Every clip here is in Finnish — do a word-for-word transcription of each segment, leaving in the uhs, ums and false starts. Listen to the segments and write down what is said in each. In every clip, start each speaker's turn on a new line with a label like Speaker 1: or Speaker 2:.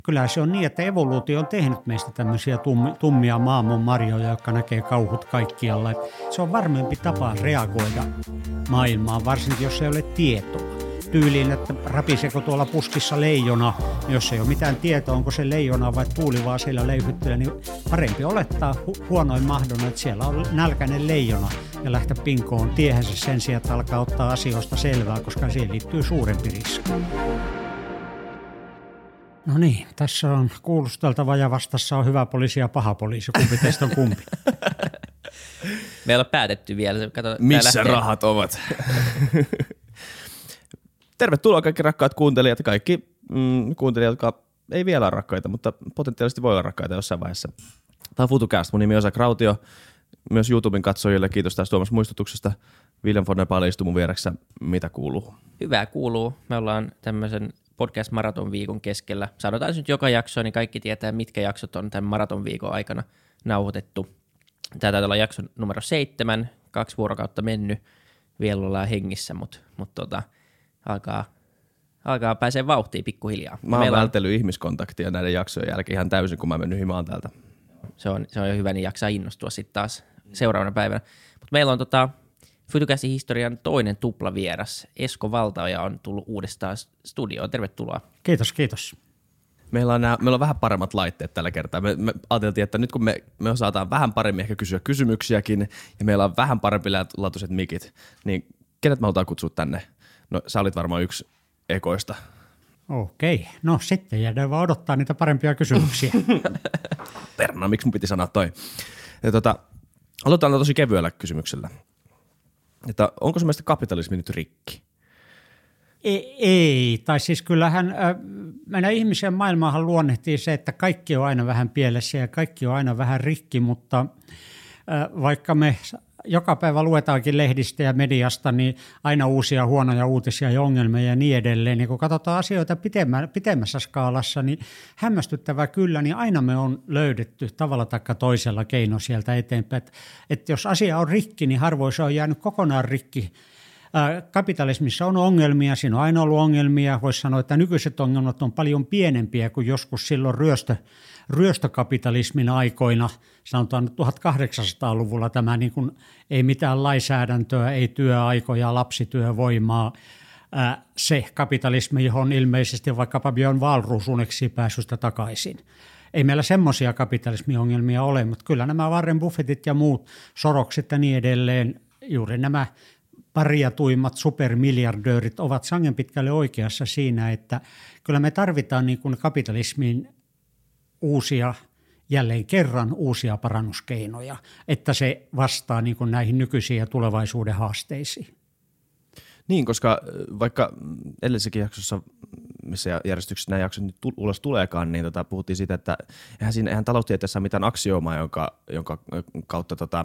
Speaker 1: Kyllä se on niin, että evoluutio on tehnyt meistä tämmöisiä tummia maailmanmarjoja, jotka näkee kauhut kaikkialla. Se on varmempi tapa reagoida maailmaan, varsinkin jos ei ole tietoa. Tyyliin, että rapiseko tuolla puskissa leijona, jos ei ole mitään tietoa, onko se leijona vai tuuli vaan siellä leyhyttelee, niin parempi olettaa hu- huonoin mahdollinen, että siellä on nälkäinen leijona ja lähteä pinkoon tiehensä sen sijaan, että alkaa ottaa asioista selvää, koska siihen liittyy suurempi riski. No niin, tässä on kuulusteltava ja vastassa on hyvä poliisi ja paha poliisi. Kumpi teistä on kumpi?
Speaker 2: Me ei ole päätetty vielä. Kato,
Speaker 3: missä rahat ovat? Tervetuloa kaikki rakkaat kuuntelijat ja kaikki mm, kuuntelijat, jotka ei vielä ole rakkaita, mutta potentiaalisesti voi olla rakkaita jossain vaiheessa. Tämä on FutuCast. Mun nimi on Esa Krautio. Myös YouTuben katsojille kiitos tästä Tuomas muistutuksesta. William von der Paale istuu mun vieressä. Mitä kuuluu?
Speaker 2: Hyvää kuuluu. Me ollaan tämmöisen podcast-maraton viikon keskellä. Sanotaan nyt joka jakso, niin kaikki tietää, mitkä jaksot on tämän maraton viikon aikana nauhoitettu. Tämä taitaa olla jakso numero seitsemän, kaksi vuorokautta mennyt. Vielä ollaan hengissä, mutta mut tota, alkaa, alkaa pääsee vauhtiin pikkuhiljaa.
Speaker 3: Mä oon vältellyt on... ihmiskontaktia näiden jaksojen jälkeen ihan täysin, kun mä mennyt himaan täältä.
Speaker 2: Se on, se on jo hyvä, niin jaksaa innostua sitten taas seuraavana päivänä. Mutta meillä on tota, FutuCastin historian toinen tuplavieras. Esko Valtaoja on tullut uudestaan studioon. Tervetuloa.
Speaker 1: Kiitos, kiitos.
Speaker 3: Meillä on, nää, meillä on vähän paremmat laitteet tällä kertaa. Me, me ajateltiin, että nyt kun me, me osataan vähän paremmin ehkä kysyä kysymyksiäkin ja meillä on vähän parempi laatuiset mikit, niin kenet me halutaan kutsua tänne? No sä olit varmaan yksi ekoista.
Speaker 1: Okei, no sitten jäädään vaan odottaa niitä parempia kysymyksiä.
Speaker 3: Perna, miksi mun piti sanoa toi? Ja tota, aloitetaan tosi kevyellä kysymyksellä. Että onko sun mielestä kapitalismi nyt rikki?
Speaker 1: Ei, ei. Tai siis kyllähän äh, meidän ihmisen maailmaahan luonnehtii se, että kaikki on aina vähän pielessä ja kaikki on aina vähän rikki, mutta äh, vaikka me joka päivä luetaankin lehdistä ja mediasta, niin aina uusia huonoja uutisia ja ongelmia ja niin edelleen. Niin kun katsotaan asioita pitemmä, pitemmässä skaalassa, niin hämmästyttävää kyllä, niin aina me on löydetty tavalla tai toisella keino sieltä eteenpäin. Että et jos asia on rikki, niin harvoin se on jäänyt kokonaan rikki. Kapitalismissa on ongelmia, siinä on aina ollut ongelmia. Voisi sanoa, että nykyiset ongelmat on paljon pienempiä kuin joskus silloin ryöstö, ryöstökapitalismin aikoina. Sanotaan tuhatkahdeksansataaluvulla tämä niin kuin, ei mitään lainsäädäntöä, ei työaikoja, lapsityövoimaa. Se kapitalismi, johon ilmeisesti vaikkapa Björn Wahlroos uneksi päässyt takaisin. Ei meillä semmoisia kapitalismiongelmia ole, mutta kyllä nämä Warren Buffettit ja muut Sorokset ja niin edelleen, juuri nämä parjatuimmat supermiljardöörit ovat sangen pitkälle oikeassa siinä, että kyllä me tarvitaan niin kuin kapitalismin uusia, jälleen kerran uusia parannuskeinoja, että se vastaa niin kuin näihin nykyisiin ja tulevaisuuden haasteisiin.
Speaker 3: Niin, koska vaikka edellisessäkin jaksossa, missä järjestyksessä nämä jaksot nyt ulos tuleekaan, niin tota, puhuttiin siitä, että eihän, siinä, eihän taloustieteessä ole mitään aksioomaa, jonka, jonka kautta tota,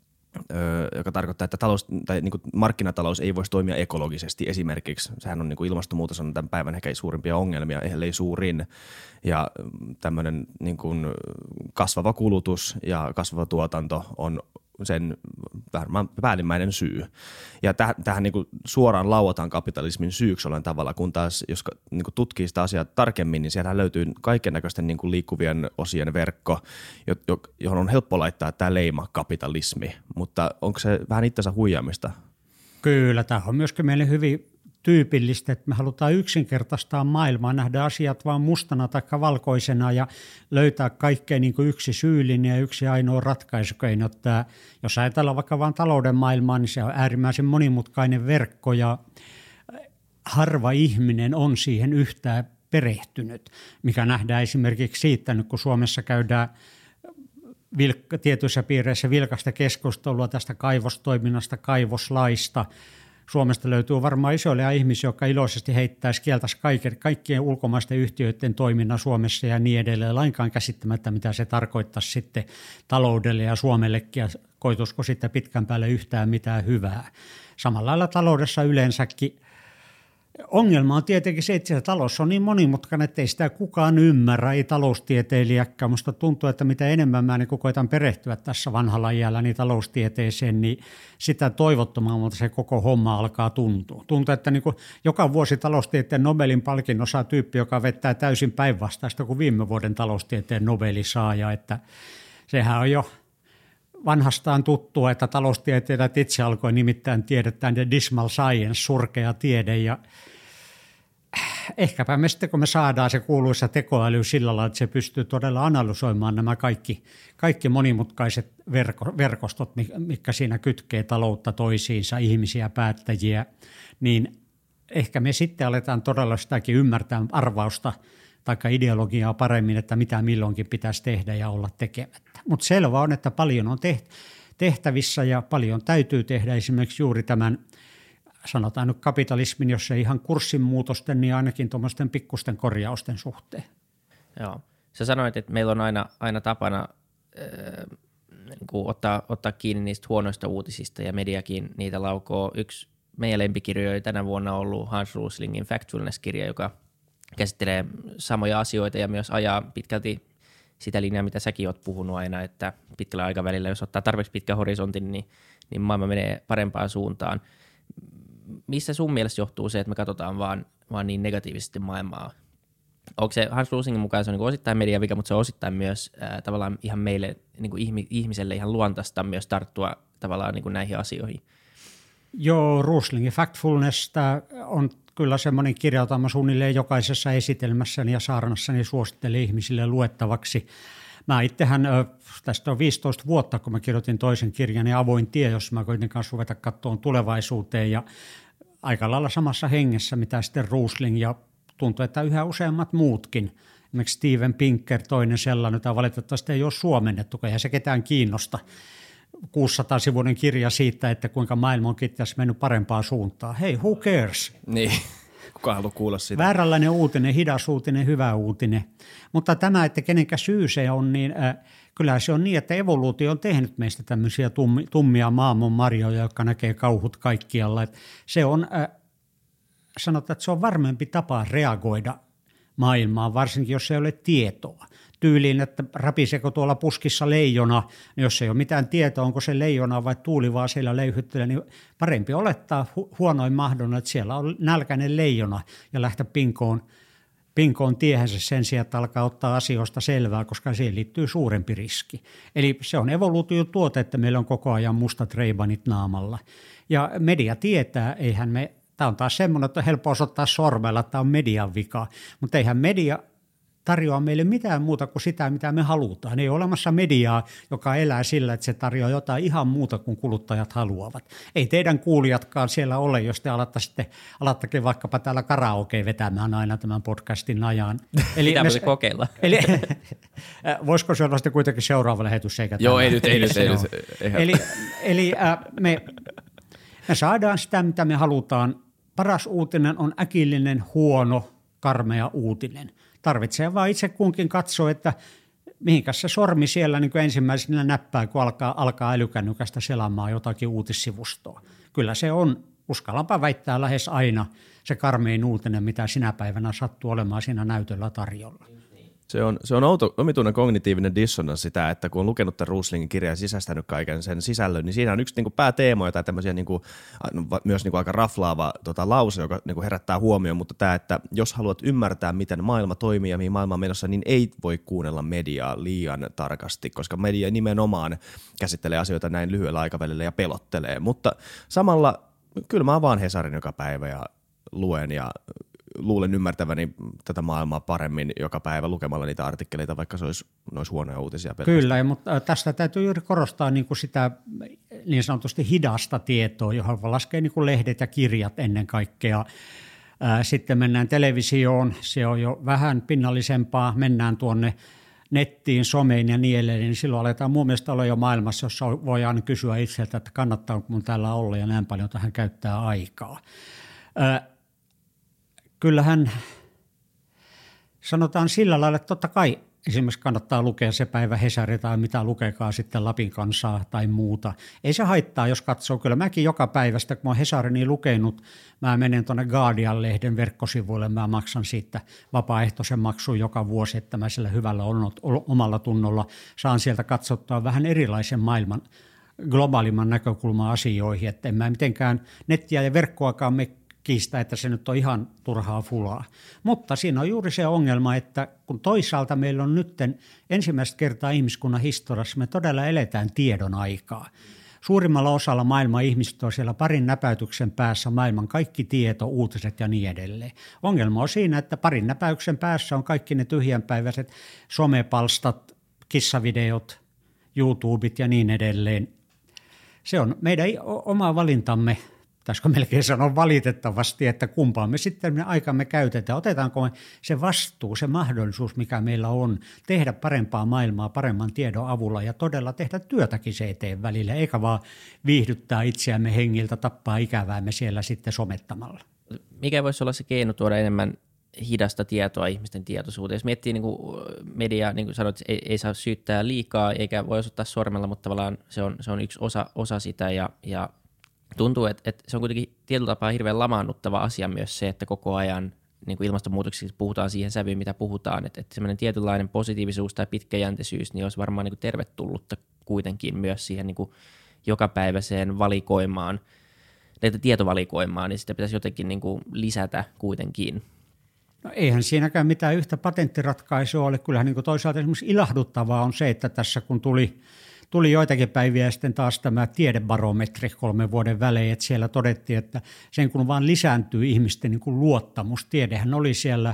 Speaker 3: Öö, joka tarkoittaa, että talous, tai niin kuin markkinatalous ei voisi toimia ekologisesti esimerkiksi. Sehän on niin kuin ilmastonmuutos on tämän päivän ehkä suurimpia ongelmia, ellei suurin. Ja tämmöinen niin kuin kasvava kulutus ja kasvava tuotanto on sen varmaan päällimmäinen syy. Ja täh, tähän niin kuin suoraan lauataan kapitalismin syyksi ollen tavalla, kun taas jos niin kuin tutkii sitä asiaa tarkemmin, niin siellähän löytyy kaikennäköisten niin kuin liikkuvien osien verkko, johon on helppo laittaa tämä leima kapitalismi, mutta onko se vähän itsensä huijaamista?
Speaker 1: Kyllä, tämä on myöskin meille hyvin tyypillistä, että me halutaan yksinkertaistaa maailmaa, nähdä asiat vaan mustana tai valkoisena ja löytää kaikkeen niin kuin yksi syyllinen ja yksi ainoa ratkaisukeino. Tämä, jos ajatellaan vaikka vain talouden maailmaa, niin se on äärimmäisen monimutkainen verkko ja harva ihminen on siihen yhtään perehtynyt, mikä nähdään esimerkiksi siitä, nyt kun Suomessa käydään vilk- tietyissä piireissä vilkasta keskustelua tästä kaivostoiminnasta, kaivoslaista. Suomesta löytyy varmaan isoja ihmisiä, jotka iloisesti heittäisi, kieltäisi kaiken, kaikkien ulkomaisten yhtiöiden toiminnan Suomessa ja niin edelleen. Lainkaan käsittämättä, mitä se tarkoittaisi sitten taloudelle ja Suomellekin, ja koituisiko sitten pitkän päälle yhtään mitään hyvää. Samalla lailla taloudessa yleensäkin Ongelma on tietenkin se, että se talous on niin monimutkainen, että ei sitä kukaan ymmärrä, ei taloustieteilijäkään. Musta tuntuu, että mitä enemmän mä niin koitan perehtyä tässä vanhalla iällä niin taloustieteeseen, niin sitä toivottomammalta se koko homma alkaa tuntua. Tuntuu, että niin joka vuosi taloustieteen Nobelin palkinnon saa tyyppi, joka vettää täysin päinvastaista kuin viime vuoden taloustieteen Nobelisaaja, että sehän on jo vanhastaan tuttua, että taloustieteilijät itse alkoi nimittäin tiedetään the dismal science, surkea tiede, ja ehkäpä me sitten, kun me saadaan se kuuluisa tekoäly sillä lailla, että se pystyy todella analysoimaan nämä kaikki, kaikki monimutkaiset verko, verkostot, mitkä siinä kytkee taloutta toisiinsa, ihmisiä, päättäjiä, niin ehkä me sitten aletaan todella sitäkin ymmärtää arvausta tai ideologiaa paremmin, että mitä milloinkin pitäisi tehdä ja olla tekemättä. Mutta selvä on, että paljon on tehtävissä ja paljon täytyy tehdä esimerkiksi juuri tämän, sanotaan nyt kapitalismin, jos ei ihan kurssin muutosten, niin ainakin tuommoisten pikkusten korjausten suhteen.
Speaker 2: Joo. Sä sanoit, että meillä on aina, aina tapana äh, niin kuin ottaa, ottaa kiinni niistä huonoista uutisista ja mediakin niitä laukoo. Yksi meidän lempikirjoja tänä vuonna on ollut Hans Roslingin Factfulness-kirja, joka käsittelee samoja asioita ja myös ajaa pitkälti sitä linjaa, mitä säkin oot puhunut aina, että pitkällä aikavälillä, jos ottaa tarpeeksi pitkän horisontin, niin, niin maailma menee parempaan suuntaan. Missä sun mielestä johtuu se, että me katsotaan vaan, vaan niin negatiivisesti maailmaa? Onko se Hans Roslingin mukaan se on niin osittain mediavika, mutta se on osittain myös äh, tavallaan ihan meille niin kuin ihmiselle ihan luontaista myös tarttua tavallaan niin kuin näihin asioihin?
Speaker 1: Joo, Roslingin Factfulness on kyllä semmoinen kirja, jota mä suunnilleen jokaisessa esitelmässäni ja saarnassani suosittelen ihmisille luettavaksi. Mä itsehän, tästä on viisitoista vuotta, kun mä kirjoitin toisen kirjan, niin Avoin tie, jos mä koitin kanssa ruveta katsomaan tulevaisuuteen ja aika lailla samassa hengessä, mitä sitten Rosling ja tuntuu, että yhä useammat muutkin. Esimerkiksi Steven Pinker, toinen sellainen, jota valitettavasti ei ole suomennettu, kun eihän se ketään kiinnosta. kuusisataa-sivuinen kirja siitä, että kuinka maailma on kitkäs mennyt parempaan suuntaan. Hei, who cares?
Speaker 3: Niin, kuka haluaa kuulla sitä?
Speaker 1: Vääränlainen uutinen, hidas uutinen, hyvä uutinen. Mutta tämä, että kenenkä syy se on, niin äh, kyllä se on niin, että evoluutio on tehnyt meistä tämmöisiä tummi, tummia maailman marjoja, jotka näkee kauhut kaikkialla. Et se on, äh, sanotaan, että se on varmempi tapa reagoida maailmaan, varsinkin jos ei ole tietoa. Tyyliin, että rapiseeko tuolla puskissa leijona, niin jos ei ole mitään tietoa, onko se leijona vai tuuli vaan siellä leyhyttelee, niin parempi olettaa hu- huonoin mahdollinen, että siellä on nälkäinen leijona ja lähteä pinkoon, pinkoon tiehensä sen sijaan, että alkaa ottaa asioista selvää, koska siihen liittyy suurempi riski. Eli se on evoluutiotuote, että meillä on koko ajan mustat reibanit naamalla. Ja media tietää, eihän me, tämä on taas semmoinen, että on helppo osoittaa sormella, että tämä on median vika, mutta eihän media tarjoaa meille mitään muuta kuin sitä, mitä me halutaan. Ei ole olemassa mediaa, joka elää sillä, että se tarjoaa jotain ihan muuta kuin kuluttajat haluavat. Ei teidän kuulijatkaan siellä ole, jos te alatte alattakin vaikkapa täällä karaoke vetämään aina tämän podcastin ajan.
Speaker 2: Eli Mitä me se kokeilla?
Speaker 1: Eli voisiko se olla sitten kuitenkin seuraava lähetys? Eikä
Speaker 3: Joo, ei nyt, ei nyt. Ei nyt.
Speaker 1: Eli, eli äh, me, me saadaan sitä, mitä me halutaan. Paras uutinen on äkillinen, huono, karmea uutinen. Tarvitsee vaan itse kunkin katsoa, että mihinkäs se sormi siellä niin kuin ensimmäisenä näppää, kun alkaa, alkaa älykännykästä selaamaan jotakin uutissivustoa. Kyllä se on, uskallanpa väittää lähes aina se karmein uutinen, mitä sinä päivänä sattuu olemaan siinä näytöllä tarjolla.
Speaker 3: Se on, se on outo, omituinen kognitiivinen dissonanssi sitä, että kun on lukenut tämän Roslingin kirjan ja sisäistänyt kaiken sen sisällön, niin siinä on yksi niin kuin pääteemoja tai tämmöisiä niin kuin, myös niin kuin aika raflaava tota, lause, joka niin kuin herättää huomioon, mutta tämä, että jos haluat ymmärtää, miten maailma toimii ja mihin maailma on menossa, niin ei voi kuunnella mediaa liian tarkasti, koska media nimenomaan käsittelee asioita näin lyhyellä aikavälillä ja pelottelee, mutta samalla kyllä mä avaan Hesarin joka päivä ja luen ja luulen ymmärtäväni tätä maailmaa paremmin joka päivä lukemalla niitä artikkeleita, vaikka se olisi, olisi huonoja uutisia pelkästään.
Speaker 1: Kyllä, mutta tästä täytyy juuri korostaa niin kuin sitä niin sanotusti hidasta tietoa, johon laskee niin kuin lehdet ja kirjat ennen kaikkea. Sitten mennään televisioon, se on jo vähän pinnallisempaa, mennään tuonne nettiin, someen ja niin edelleen, niin silloin aletaan mun mielestä olla jo maailmassa, jossa voi aina kysyä itseltä, että kannattaako mun täällä olla ja näin paljon tähän käyttää aikaa. Kyllähän sanotaan sillä lailla, että totta kai esimerkiksi kannattaa lukea se päivä Hesari tai mitä lukekaa sitten Lapin Kansaa tai muuta. Ei se haittaa, jos katsoo. Kyllä mäkin joka päivästä, kun mä oon Hesarini lukenut, mä menen tuonne Guardian-lehden verkkosivuille, mä maksan siitä vapaaehtoisen maksun joka vuosi, että mä sillä hyvällä omalla tunnolla saan sieltä katsottua vähän erilaisen maailman globaalimman näkökulman asioihin, että en mä mitenkään nettiä ja verkkoakaan me kiistä, että se nyt on ihan turhaa fulaa. Mutta siinä on juuri se ongelma, että kun toisaalta meillä on nyt ensimmäistä kertaa ihmiskunnan historiassa, me todella eletään tiedon aikaa. Suurimmalla osalla maailman ihmistä on siellä parin näpäytyksen päässä maailman kaikki tieto, uutiset ja niin edelleen. Ongelma on siinä, että parin näpäyksen päässä on kaikki ne tyhjänpäiväiset somepalstat, kissavideot, YouTubet ja niin edelleen. Se on meidän oma valintamme. Pitäisikö melkein sanoa valitettavasti, että kumpaan me sitten me aikamme käytetään. Otetaanko me se vastuu, se mahdollisuus, mikä meillä on, tehdä parempaa maailmaa paremman tiedon avulla ja todella tehdä työtäkin se eteen välillä, eikä vaan viihdyttää itseämme hengiltä, tappaa ikäväämme siellä sitten somettamalla.
Speaker 2: Mikä voisi olla se keino tuoda enemmän hidasta tietoa ihmisten tietoisuuteen? Jos miettii niin kuin media, niin kuin sanoit, ei, ei saa syyttää liikaa eikä voi osoittaa sormella, mutta tavallaan se on, se on yksi osa, osa sitä ja, ja tuntuu, että, että se on kuitenkin tietyllä tapaa hirveän lamaannuttava asia myös se, että koko ajan niin kuin ilmastonmuutoksissa puhutaan siihen sävyyn, mitä puhutaan, että, että semmoinen tietynlainen positiivisuus tai pitkäjänteisyys niin olisi varmaan niin kuin tervetullutta kuitenkin myös siihen niin kuin jokapäiväiseen valikoimaan, tietovalikoimaan, niin sitä pitäisi jotenkin niin kuin lisätä kuitenkin.
Speaker 1: No eihän siinäkään mitään yhtä patenttiratkaisua ole. Kyllähän niin kuin toisaalta esimerkiksi ilahduttavaa on se, että tässä kun tuli Tuli joitakin päiviä sitten taas tämä tiedebarometri kolmen vuoden välein, että siellä todettiin, että sen kun vaan lisääntyy ihmisten niin kuin luottamus. Tiedehän oli siellä,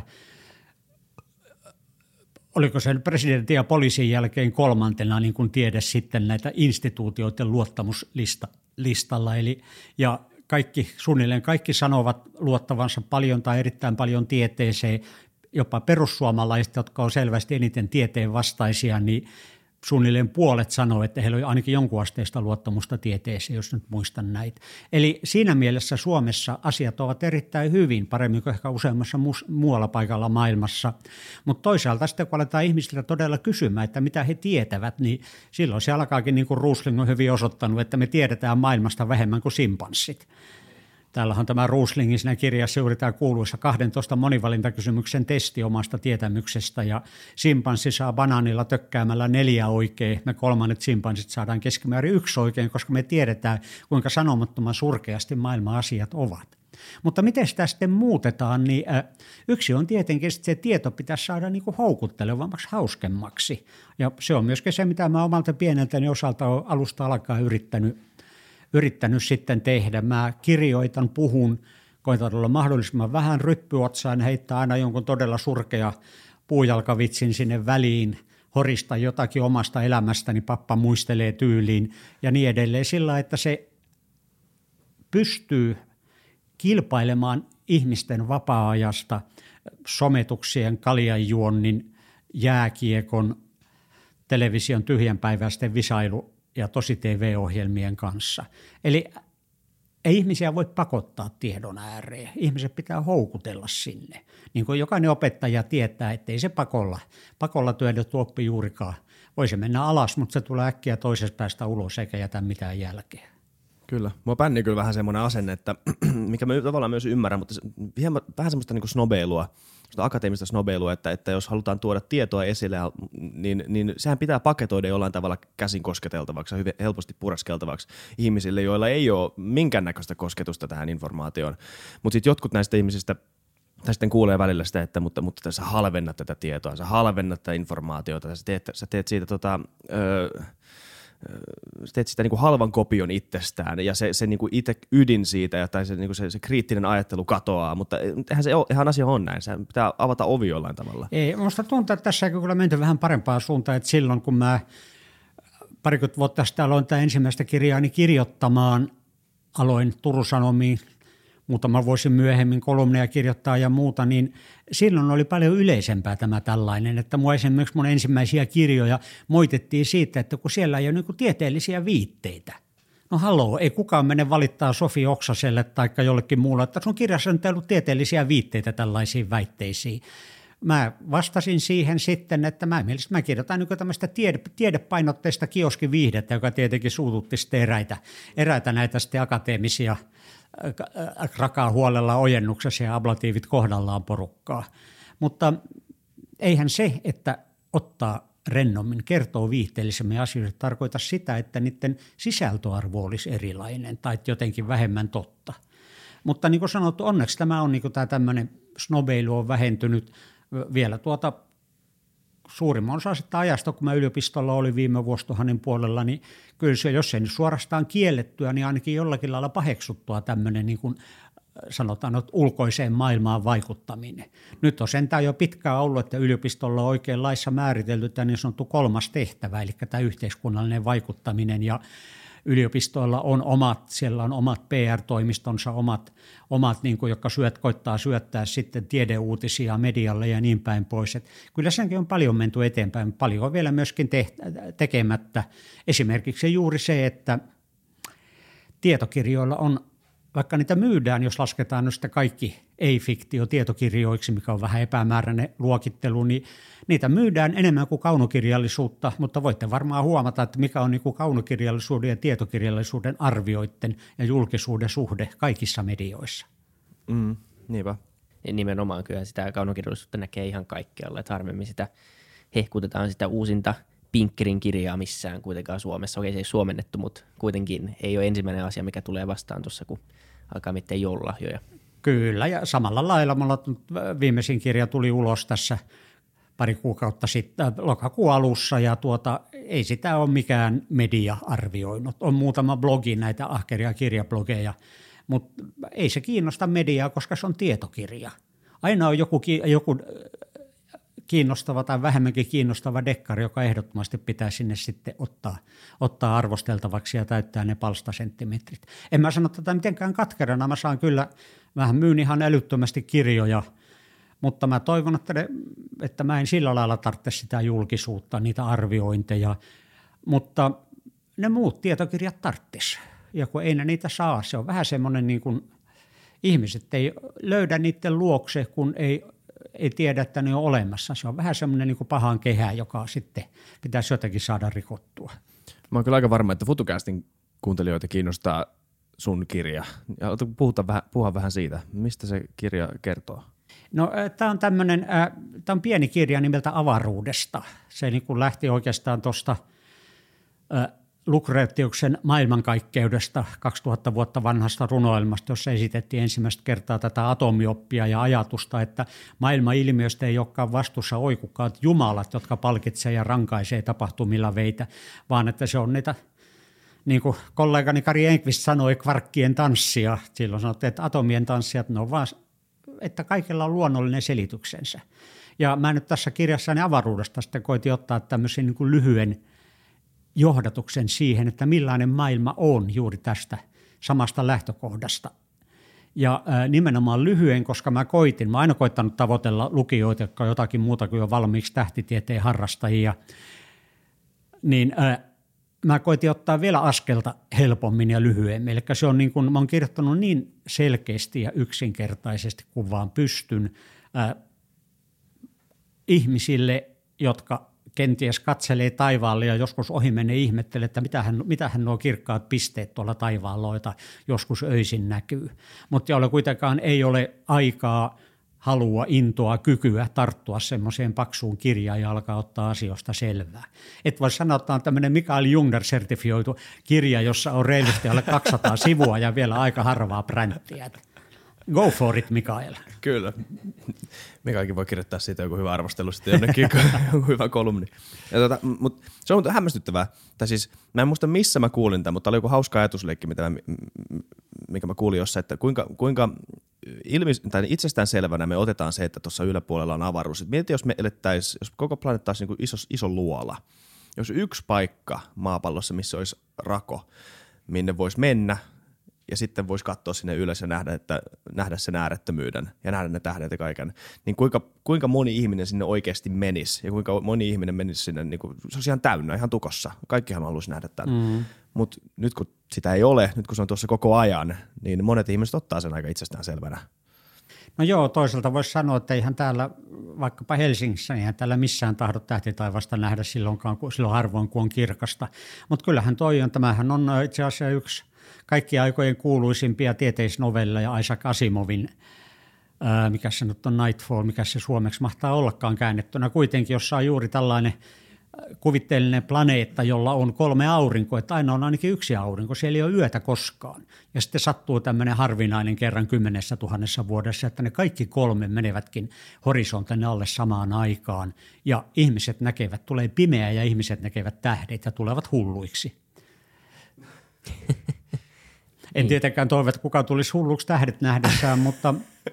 Speaker 1: oliko se presidentin ja poliisin jälkeen kolmantena niin kuin tiede sitten näitä instituutioiden luottamuslistalla. Eli, ja kaikki, suunnilleen kaikki sanovat luottavansa paljon tai erittäin paljon tieteeseen, jopa perussuomalaiset, jotka on selvästi eniten tieteen vastaisia, niin suunnilleen puolet sanoo, että heillä oli ainakin jonkun asteista luottamusta tieteeseen, jos nyt muistan näitä. Eli siinä mielessä Suomessa asiat ovat erittäin hyvin, paremmin kuin ehkä useammassa muualla paikalla maailmassa. Mutta toisaalta sitten kun aletaan ihmisiltä todella kysymään, että mitä he tietävät, niin silloin se alkaakin, niin kuin Rusling on hyvin osoittanut, että me tiedetään maailmasta vähemmän kuin simpanssit. Täällä on tämä Ruslingin siinä kirjassa juuri tämä kuuluisa kahdentoista monivalintakysymyksen testi omasta tietämyksestä ja simpanssi saa banaanilla tökkäämällä neljä oikein. Me kolmannet simpanssit saadaan keskimäärin yksi oikein, koska me tiedetään, kuinka sanomattoman surkeasti maailman asiat ovat. Mutta miten sitä sitten muutetaan, niin yksi on tietenkin, että se tieto pitäisi saada niin kuin houkuttelevammaksi, hauskemmaksi. Ja se on myöskin se, mitä mä omalta pieneltäni osalta olen alusta alkaen yrittänyt yrittänyt sitten tehdä. Mä kirjoitan, puhun, koitan olla mahdollisimman vähän ryppyotsaan, heittää aina jonkun todella surkea puujalkavitsin sinne väliin, horista jotakin omasta elämästäni, pappa muistelee tyyliin ja niin edelleen sillä, että se pystyy kilpailemaan ihmisten vapaa-ajasta, sometuksien, kaljanjuonnin, jääkiekon, television tyhjänpäiväisten visailu ja tosi T V-ohjelmien kanssa. Eli ei ihmisiä voi pakottaa tiedon ääreen. Ihmiset pitää houkutella sinne. Niin kuin jokainen opettaja tietää, että ei se pakolla, pakolla työnnetty oppi juurikaan. Voi se mennä alas, mutta se tulee äkkiä toisesta päästä ulos eikä jätä mitään jälkeä.
Speaker 3: Kyllä. Mua pänni kyllä vähän semmoinen asenne, että mikä mä tavallaan myös ymmärrän, mutta hieman, vähän semmoista niin kuin snobeilua, akateemista snobeilua, että, että jos halutaan tuoda tietoa esille, niin, niin sehän pitää paketoida jollain tavalla käsin kosketeltavaksi ja hyvin helposti pureskeltavaksi ihmisille, joilla ei ole minkäännäköistä kosketusta tähän informaatioon. Mutta sitten jotkut näistä ihmisistä tai sitten kuulee välillä sitä, että mutta, mutta sä halvennat tätä tietoa, sä halvennat tätä informaatiota, sä teet, sä teet siitä tota, öö, sä teet sitä niinku halvan kopion itsestään ja se, se niinku itse ydin siitä ja tai se, niinku se, se kriittinen ajattelu katoaa, mutta eihän se ole, ihan asia on näin, se pitää avata ovi jollain tavalla.
Speaker 1: Ei, musta tuntuu, että tässä on kyllä menty vähän parempaan suuntaan, että silloin kun mä parikymmentä vuotta sitten aloin tämä ensimmäistä kirjaani kirjoittamaan, aloin Turun Sanomiin muutama vuosi myöhemmin kolumneja kirjoittaa ja muuta, niin silloin oli paljon yleisempää tämä tällainen, että mua esimerkiksi mun ensimmäisiä kirjoja moitettiin siitä, että kun siellä ei ole niin kuin tieteellisiä viitteitä. No haloo, ei kukaan mene valittaa Sofi Oksaselle tai jollekin muulle, että sun kirjassa on ollut tieteellisiä viitteitä tällaisiin väitteisiin. mä vastasin siihen sitten, että mä mielestäni mä kirjoitan niin tämmöistä tiede, tiedepainotteista kioskiviihdettä, joka tietenkin suututti sitten eräitä, eräitä näitä sitten akateemisia rakaa huolella ojennuksessa ja ablatiivit kohdallaan porukkaa. Mutta eihän se, että ottaa rennommin, kertoo viihteellisemmin asioista, tarkoita sitä, että niiden sisältöarvo olisi erilainen tai jotenkin vähemmän totta. Mutta niin kuin sanottu, onneksi tämä on niin kuin tämä tämmöinen snobeilu on vähentynyt vielä tuota suurimman osa sitä ajasta, kun mä yliopistolla olin viime vuosituhannen puolella, niin kyllä se, jos ei nyt suorastaan kiellettyä, niin ainakin jollakin lailla paheksuttua tämmöinen niin kuin sanotaan, että ulkoiseen maailmaan vaikuttaminen. Nyt on sentään jo pitkään ollut, että yliopistolla on oikein laissa määritelty tämä niin sanottu kolmas tehtävä, eli tämä yhteiskunnallinen vaikuttaminen, ja yliopistoilla on omat, siellä on omat P R-toimistonsa, omat, omat niin kuin, jotka syöt, koittaa syöttää sitten tiedeuutisia medialle ja niin päin pois. Et kyllä senkin on paljon menty eteenpäin, paljon on vielä myöskin teht- tekemättä. Esimerkiksi juuri se, että tietokirjoilla on, vaikka niitä myydään, jos lasketaan nyt kaikki ei-fiktio tietokirjoiksi, mikä on vähän epämääräinen luokittelu, niin niitä myydään enemmän kuin kaunokirjallisuutta, mutta voitte varmaan huomata, että mikä on niin kuin kaunokirjallisuuden ja tietokirjallisuuden arvioiden ja julkisuuden suhde kaikissa medioissa.
Speaker 3: Mm, niinpä.
Speaker 2: Ja nimenomaan kyllä sitä kaunokirjallisuutta näkee ihan kaikkialla, että harvemmin sitä hehkutetaan sitä uusinta Pinkkerin kirjaa missään kuitenkaan Suomessa. Okei, se ei suomennettu, mutta kuitenkin ei ole ensimmäinen asia, mikä tulee vastaan tuossa, kun alkaa mitään joululahjoja.
Speaker 1: Kyllä, ja samalla lailla mulla viimeisin kirja tuli ulos tässä pari kuukautta sitten, lokakuun alussa, ja tuota, ei sitä ole mikään media arvioinut. On muutama blogi, näitä ahkeria kirjablogeja, mutta ei se kiinnosta mediaa, koska se on tietokirja. Aina on joku, joku kiinnostava tai vähemmänkin kiinnostava dekkari, joka ehdottomasti pitää sinne sitten ottaa, ottaa arvosteltavaksi ja täyttää ne palstasenttimetrit. En mä sano tätä mitenkään katkerana, mä saan kyllä, vähän myyn ihan älyttömästi kirjoja, mutta mä toivon, että, ne, että mä en sillä lailla tarvitse sitä julkisuutta, niitä arviointeja, mutta ne muut tietokirjat tarvitsisi. Ja kun ei ne niitä saa, se on vähän semmoinen niin kuin ihmiset ei löydä niiden luokse, kun ei ei tiedä, että ne on olemassa. Se on vähän semmoinen niin kuin pahan kehä, joka sitten pitäisi jotenkin saada rikottua.
Speaker 3: Mä oon kyllä aika varma, että FutuCastin kuuntelijoita kiinnostaa sun kirja. Ja puhuta vähän, puhua vähän siitä. Mistä se kirja kertoo?
Speaker 1: No tämä on tämmöinen, äh, tämä on pieni kirja nimeltä Avaruudesta. Se niin kuin lähti oikeastaan tuosta äh, Lucretiuksen maailmankaikkeudesta kaksituhatta vuotta vanhasta runoilmasta, jossa esitettiin ensimmäistä kertaa tätä atomioppia ja ajatusta, että maailmanilmiöstä ei olekaan vastuussa oikukkaat jumalat, jotka palkitsee ja rankaisee tapahtumilla veitä, vaan että se on niitä, niin kuin kollegani Kari Enqvist sanoi, kvarkkien tanssia. Silloin sanottiin, että atomien tanssijat, ne on vaan, että kaikilla on luonnollinen selityksensä. Ja mä nyt tässä kirjassani Avaruudesta sitten koitin ottaa tämmöisen niin kuin lyhyen johdatuksen siihen, että millainen maailma on juuri tästä samasta lähtökohdasta. Ja ää, nimenomaan lyhyen, koska mä koitin, mä oon aina koittanut tavoitella lukijoita, jotka on jotakin muuta kuin jo valmiiksi tähtitieteen harrastajia, niin ää, mä koitin ottaa vielä askelta helpommin ja lyhyemmin. Eli se on niin kuin, mä oon kirjoittanut niin selkeästi ja yksinkertaisesti kuin vaan pystyn ää, ihmisille, jotka kenties katselee taivaalle ja joskus ohi menee ihmettelee, että mitähän, mitähän nuo kirkkaat pisteet tuolla taivaalla, joita joskus öisin näkyy. Mutta jolla kuitenkaan ei ole aikaa, halua, intoa, kykyä tarttua semmoiseen paksuun kirjaan ja alkaa ottaa asioista selvää. Et voi sanoa, että on tämmöinen Mikael Jungner-sertifioitu kirja, jossa on reilusti alle kaksisataa sivua ja vielä aika harvaa bränttiä. Go for it, Mikael.
Speaker 3: Kyllä. Mikaelkin voi kirjoittaa siitä joku hyvä arvostelu sitten jonnekin, joku hyvä kolumni. Tuota, mutta se on hämmästyttävää. Tai siis, mä en muista missä mä kuulin tämän, mutta oli joku hauska ajatusleikki, mitä mä, mikä mä kuulin jossain, että kuinka, kuinka ilmi, tai itsestään selvänä me otetaan se, että tuossa yläpuolella on avaruus. Mieti, jos me elettäisiin, jos koko planeetta olisi niin kuin iso, iso luola, jos yksi paikka maapallossa, missä olisi rako, minne voisi mennä, ja sitten voisi katsoa sinne ylös ja nähdä, että, nähdä sen äärettömyyden ja nähdä ne tähdet ja kaiken. Niin kuinka, kuinka moni ihminen sinne oikeasti menisi ja kuinka moni ihminen menisi sinne, niin kuin, se olisi ihan täynnä, ihan tukossa. Kaikkihan haluaisi nähdä tämän. Mm. Mutta nyt kun sitä ei ole, nyt kun se on tuossa koko ajan, niin monet ihmiset ottaa sen aika itsestään selvänä.
Speaker 1: No joo, toisaalta voisi sanoa, että eihän täällä, vaikkapa Helsingissä, niin eihän täällä missään tahdo tähtitaivasta nähdä silloinkaan, silloin harvoin kun on kirkasta. Mutta kyllähän toi on, tämähän on itse asiassa yksi kaikkien aikojen kuuluisimpia tieteisnovelleja Isaac Asimovin, ää, mikä se nyt on Nightfall, mikä se suomeksi mahtaa ollakaan käännettynä kuitenkin, jossa on juuri tällainen kuvitteellinen planeetta, jolla on kolme aurinkoa, että aina on ainakin yksi aurinko, siellä ei ole yötä koskaan. Ja sitten sattuu tämmöinen harvinainen kerran kymmenessä tuhannessa vuodessa, että ne kaikki kolme menevätkin horisontin alle samaan aikaan. Ja ihmiset näkevät, tulee pimeää ja ihmiset näkevät tähdet ja tulevat hulluiksi. En tietenkään toivo, että kukaan tulisi hulluksi tähdet nähdessään, mutta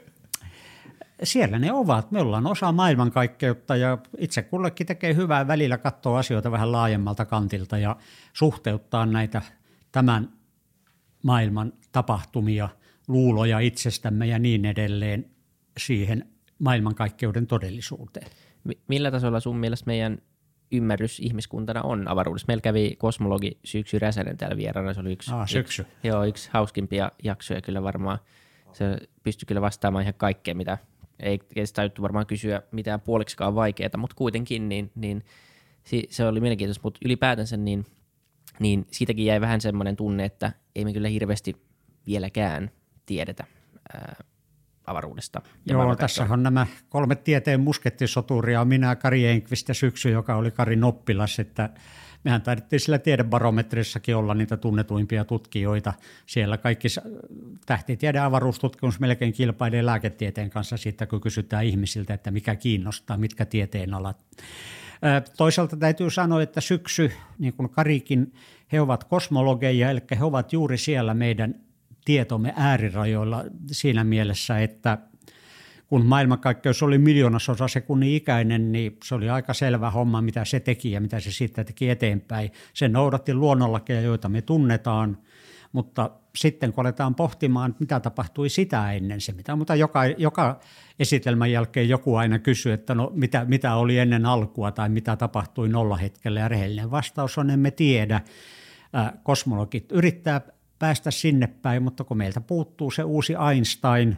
Speaker 1: siellä ne ovat. Me ollaan osa maailmankaikkeutta ja itse kullekin tekee hyvää välillä katsoa asioita vähän laajemmalta kantilta ja suhteuttaa näitä tämän maailman tapahtumia, luuloja itsestämme ja niin edelleen siihen maailmankaikkeuden todellisuuteen.
Speaker 2: Millä tasolla sun mielestä meidän ymmärrys ihmiskuntana on avaruudessa? Meillä kävi kosmologi Syksy Räsänen täällä vieraana. Se oli yksi,
Speaker 1: ah, syksy.
Speaker 2: yksi, joo, yksi hauskimpia jaksoja kyllä varmaan. Se pystyi kyllä vastaamaan ihan kaikkeen, mitä ei täytyy varmaan kysyä mitään puoliksikaan vaikeaa, mutta kuitenkin niin, niin se oli mielenkiintoista, mutta ylipäätänsä niin, niin siitäkin jäi vähän semmoinen tunne, että ei me kyllä hirveästi vieläkään tiedetä ää, avaruudesta.
Speaker 1: Joo, tässä on nämä kolme tieteen muskettisoturia, minä, Kari Enqvist ja Syksy, joka oli Karin oppilas, että mehän taidettiin sillä tiedebarometrissakin olla niitä tunnetuimpia tutkijoita. Siellä kaikki tähtitiede- ja avaruustutkimus melkein kilpailee lääketieteen kanssa siitä, kun kysytään ihmisiltä, että mikä kiinnostaa, mitkä tieteenalat. Toisaalta täytyy sanoa, että Syksy, niin kuin Karikin, he ovat kosmologeja, eli he ovat juuri siellä meidän tietomme äärirajoilla siinä mielessä, että kun maailmankaikkeus oli miljoonasosa sekunnin ikäinen, niin se oli aika selvä homma, mitä se teki ja mitä se sitten teki eteenpäin. Se noudatti luonnonlakeja, joita me tunnetaan, mutta sitten kun aletaan pohtimaan, mitä tapahtui sitä ennen se, mitä, mutta joka, joka esitelmän jälkeen joku aina kysyy, että no mitä, mitä oli ennen alkua tai mitä tapahtui nollahetkellä, ja rehellinen vastaus on, emme tiedä. Äh, kosmologit yrittää päästä sinne päin, mutta kun meiltä puuttuu se uusi Einstein,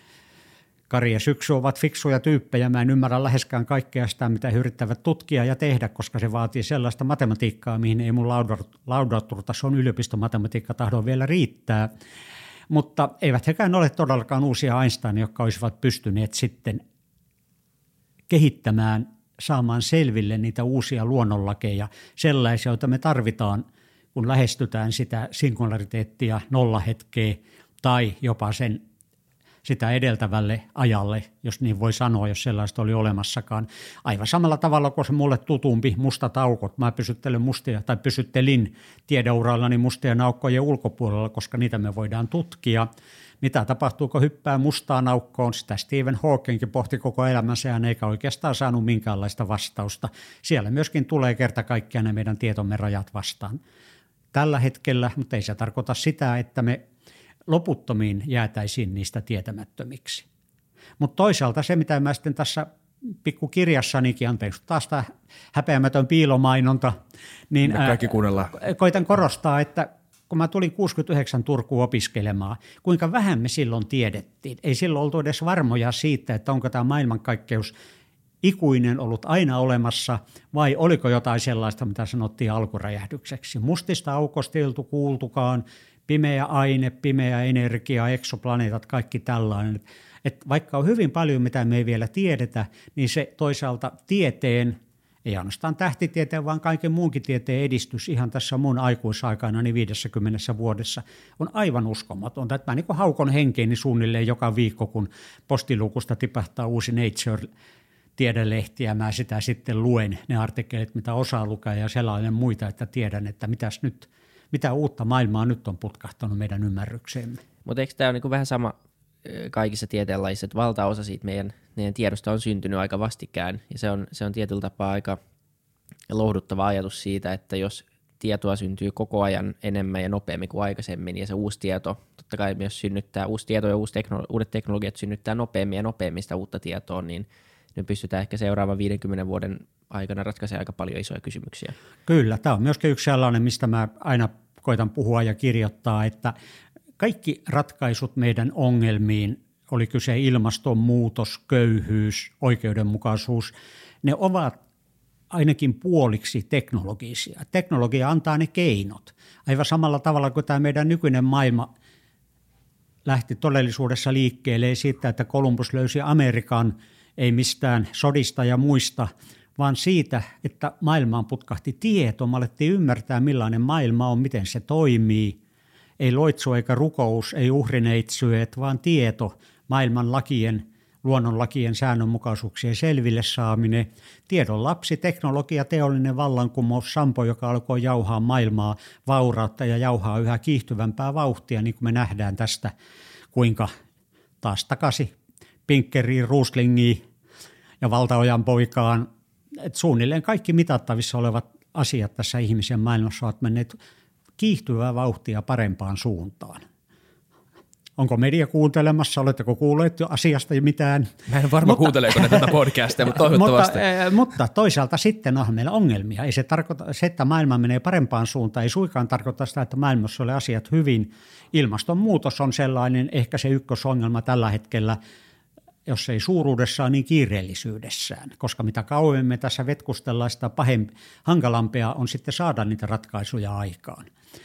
Speaker 1: Kari ja Syksy ovat fiksuja tyyppejä. Mä en ymmärrä läheskään kaikkea sitä, mitä he yrittävät tutkia ja tehdä, koska se vaatii sellaista matematiikkaa, mihin ei mun laudaturtason yliopistomatematiikka tahdo vielä riittää. Mutta eivät hekään ole todellakaan uusia Einsteinia, jotka olisivat pystyneet sitten kehittämään, saamaan selville niitä uusia luonnonlakeja, sellaisia, joita me tarvitaan, kun lähestytään sitä singulariteettia, nollahetkeä tai jopa sen sitä edeltävälle ajalle, jos niin voi sanoa, jos sellaista oli olemassakaan. Aivan samalla tavalla kuin se mulle tutumpi mustat aukot. Mä pysyttelen mustia tai pysyttelin tiedeurallani mustien aukkojen ulkopuolella, koska niitä me voidaan tutkia. Mitä tapahtuu, kun hyppää mustaan aukkoon? Sitä Stephen Hawkingkin pohti koko elämänsä, eikä oikeastaan saanut minkäänlaista vastausta. Siellä myöskin tulee kerta kaikkiaan ne meidän tietomme rajat vastaan. Tällä hetkellä, mutta ei se tarkoita sitä, että me loputtomiin jäätäisiin niistä tietämättömiksi. Mutta toisaalta se, mitä mä sitten tässä pikkukirjassanikin, anteeksi taas tämä häpeämätön piilomainonta, niin
Speaker 3: kaikki kuunnellaan.
Speaker 1: Ää, koitan korostaa, että kun mä tulin kuusikymmentäyhdeksän Turkuun opiskelemaan, kuinka vähän me silloin tiedettiin. Ei silloin oltu edes varmoja siitä, että onko tämä maailmankaikkeus ikuinen ollut aina olemassa vai oliko jotain sellaista, mitä sanottiin alkuräjähdykseksi. Mustista aukosta ei oltu kuultukaan, pimeä aine, pimeä energia, eksoplaneetat, kaikki tällainen. Et vaikka on hyvin paljon, mitä me ei vielä tiedetä, niin se toisaalta tieteen, ei ainoastaan tähtitieteen, vaan kaiken muunkin tieteen edistys ihan tässä mun aikuisaikana niin viidessäkymmenessä vuodessa on aivan uskomatonta. Että mä niin kuin haukon henkeeni suunnilleen joka viikko, kun postilukusta tipahtaa uusi Nature-tiedelehti ja mä sitä sitten luen, ne artikkelit, mitä osaa lukea ja sellainen muita, että tiedän, että mitäs nyt, mitä uutta maailmaa nyt on putkahtanut meidän ymmärrykseemme.
Speaker 2: Mutta eikö tämä ole niinku vähän sama kaikissa tieteenlajissa, että valtaosa siitä meidän, meidän tiedosta on syntynyt aika vastikään, ja se on, se on tietyllä tapaa aika lohduttava ajatus siitä, että jos tietoa syntyy koko ajan enemmän ja nopeammin kuin aikaisemmin, ja se uusi tieto, totta kai myös synnyttää, uusi tieto ja uusi teknolo- uudet teknologiat synnyttää nopeammin ja nopeammin sitä uutta tietoa, niin me pystytään ehkä seuraavan viidenkymmenen vuoden aikana ratkaisemaan aika paljon isoja kysymyksiä.
Speaker 1: Kyllä, tämä on myöskin yksi sellainen, mistä mä aina koitan puhua ja kirjoittaa, että kaikki ratkaisut meidän ongelmiin oli kyse ilmastonmuutos, köyhyys, oikeudenmukaisuus, ne ovat ainakin puoliksi teknologisia. Teknologia antaa ne keinot. Aivan samalla tavalla kuin tämä meidän nykyinen maailma lähti todellisuudessa liikkeelle siitä, että Columbus löysi Amerikan, ei mistään sodista ja muista, vaan siitä, että maailmaan putkahti tieto. Me alettiin ymmärtää, millainen maailma on, miten se toimii. Ei loitsu eikä rukous, ei uhrineitsyet, vaan tieto, maailman lakien, luonnonlakien säännönmukaisuuksien selville saaminen. Tiedon lapsi, teknologia, teollinen vallankumous, sampo, joka alkoi jauhaa maailmaa vaurautta ja jauhaa yhä kiihtyvämpää vauhtia, niin kuin me nähdään tästä, kuinka taas takaisin Pinkkeriin, Ruslingiin ja Valtaojan poikaan. Et suunnilleen kaikki mitattavissa olevat asiat tässä ihmisen maailmassa ovat menneet kiihtyvää vauhtia parempaan suuntaan. Onko media kuuntelemassa? Oletteko kuulleet jo asiasta mitään?
Speaker 3: Mä en varma kuunteleeko ne tätä podcastia, mutta toivottavasti.
Speaker 1: mutta, mutta toisaalta sitten on meillä ongelmia. Ei se, tarkoita, se, että maailma menee parempaan suuntaan, ei suinkaan tarkoita sitä, että maailmassa ole asiat hyvin. Ilmastonmuutos on sellainen ehkä se ykkösongelma tällä hetkellä, jos ei suuruudessaan, niin kiireellisyydessään. Koska mitä kauemmin me tässä vetkustellaan, sitä pahempi, hankalampia on sitten saada niitä ratkaisuja aikaan.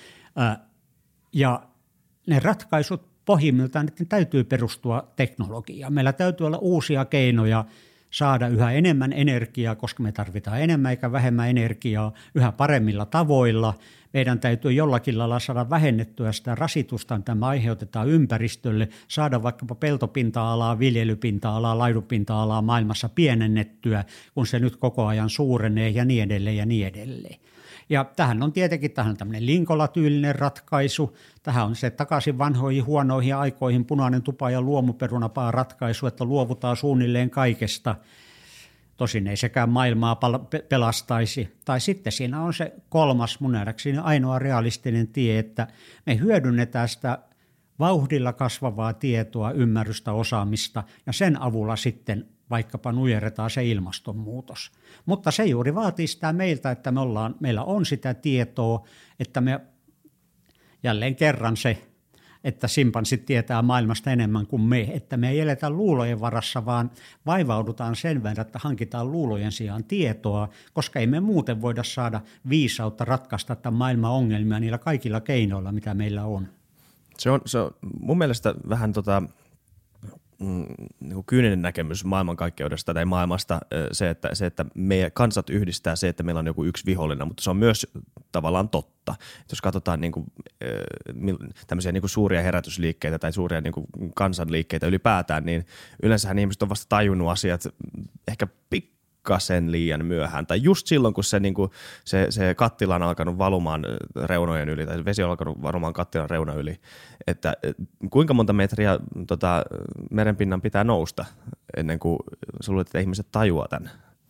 Speaker 1: Ja ne ratkaisut pohjimmiltaan että täytyy perustua teknologiaan. Meillä täytyy olla uusia keinoja saada yhä enemmän energiaa, koska me tarvitaan enemmän eikä vähemmän energiaa yhä paremmilla tavoilla. Meidän täytyy jollakin lailla saada vähennettyä sitä rasitusta, mitä me aiheutetaan ympäristölle, saada vaikkapa peltopinta-alaa, viljelypinta-alaa, laidunpinta-alaa maailmassa pienennettyä, kun se nyt koko ajan suurenee ja niin edelleen ja niin edelleen. Ja tähän on tietenkin tähän on tämmöinen Linkola-tyylinen ratkaisu. Tähän on se takaisin vanhoihin huonoihin aikoihin punainen tupa ja luomuperunapaa ratkaisu, että luovutaan suunnilleen kaikesta. Tosin ei sekään maailmaa pelastaisi. Tai sitten siinä on se kolmas mun nähdäkseni ainoa realistinen tie, että me hyödynnetään sitä vauhdilla kasvavaa tietoa, ymmärrystä, osaamista ja sen avulla sitten vaikkapa nujerretaan se ilmastonmuutos. Mutta se juuri vaatii sitä meiltä, että me ollaan, meillä on sitä tietoa, että me jälleen kerran se, että simpanssit tietää maailmasta enemmän kuin me, että me ei eletä luulojen varassa, vaan vaivaudutaan sen verran, että hankitaan luulojen sijaan tietoa, koska ei me muuten voida saada viisautta ratkaista tämän maailman ongelmia niillä kaikilla keinoilla, mitä meillä on.
Speaker 3: Se on, se on mun mielestä vähän tota, mm, niin kuin kyyninen näkemys maailmankaikkeudesta tai maailmasta se että, se, että meidän kansat yhdistää se, että meillä on joku yksi vihollinen, mutta se on myös tavallaan totta. Jos katsotaan niin kuin, tämmöisiä niin kuin suuria herätysliikkeitä tai suuria niin kuin kansanliikkeitä ylipäätään, niin yleensähän ihmiset on vasta tajunnut asiat ehkä pikkasen liian myöhään. Tai just silloin, kun se, niin kuin, se, se kattila on alkanut valumaan reunojen yli tai vesi on alkanut valumaan kattilan reuna yli. Että kuinka monta metriä tota, merenpinnan pitää nousta ennen kuin sä luulet, että ihmiset tajuaa tämän?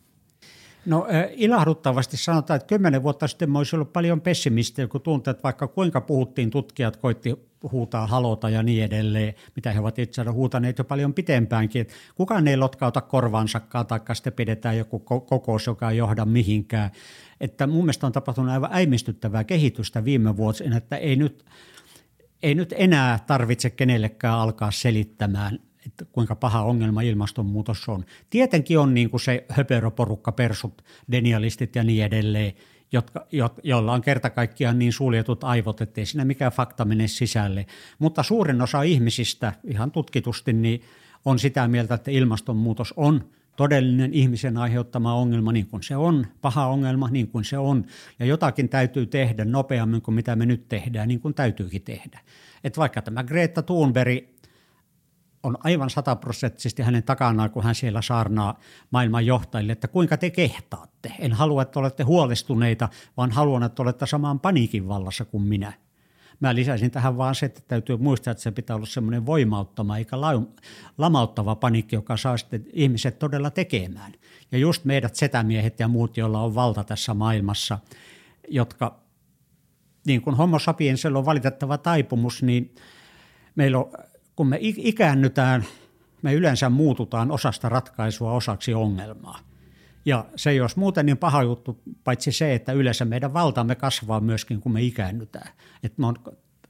Speaker 1: No ilahduttavasti sanotaan, että kymmenen vuotta sitten mä olisin ollut paljon pessimistiä, kun tuntuu, että vaikka kuinka puhuttiin, tutkijat koitti huutaa halota ja niin edelleen, mitä he ovat itse asiassa huutaneet jo paljon pitempäänkin, että kukaan ei lotkauta korvaansakaan, taikka sitten pidetään joku kokous, joka ei johda mihinkään. Että mun mielestä on tapahtunut aivan äimistyttävää kehitystä viime vuosina, että ei nyt, ei nyt enää tarvitse kenellekään alkaa selittämään, että kuinka paha ongelma ilmastonmuutos on. Tietenkin on niin kuin se höperöporukka, persut, denialistit ja niin edelleen, jotka, jo, joilla on kerta kaikkiaan niin suljetut aivot, ettei siinä mikään fakta mene sisälle. Mutta suurin osa ihmisistä, ihan tutkitusti, niin on sitä mieltä, että ilmastonmuutos on todellinen ihmisen aiheuttama ongelma niin kuin se on, paha ongelma niin kuin se on, ja jotakin täytyy tehdä nopeammin kuin mitä me nyt tehdään, niin kuin täytyykin tehdä. Että vaikka tämä Greta Thunberg on aivan sataprosenttisesti hänen takanaan, kun hän siellä saarnaa maailman johtajille, että kuinka te kehtaatte. En halua, että olette huolestuneita, vaan haluan, että olette samaan paniikin vallassa kuin minä. Mä lisäisin tähän vaan se, että täytyy muistaa, että se pitää olla semmoinen voimauttama eikä lamauttava paniikki, joka saa sitten ihmiset todella tekemään. Ja just meidät setämiehet ja muut, joilla on valta tässä maailmassa, jotka niin kuin homo sapiensilla on valitettava taipumus, niin meillä on kun me ikäännytään, me yleensä muututaan osasta ratkaisua osaksi ongelmaa. Ja se ei olisi muuten niin paha juttu, paitsi se, että yleensä meidän valtamme kasvaa myöskin, kun me ikäännytään. Että me on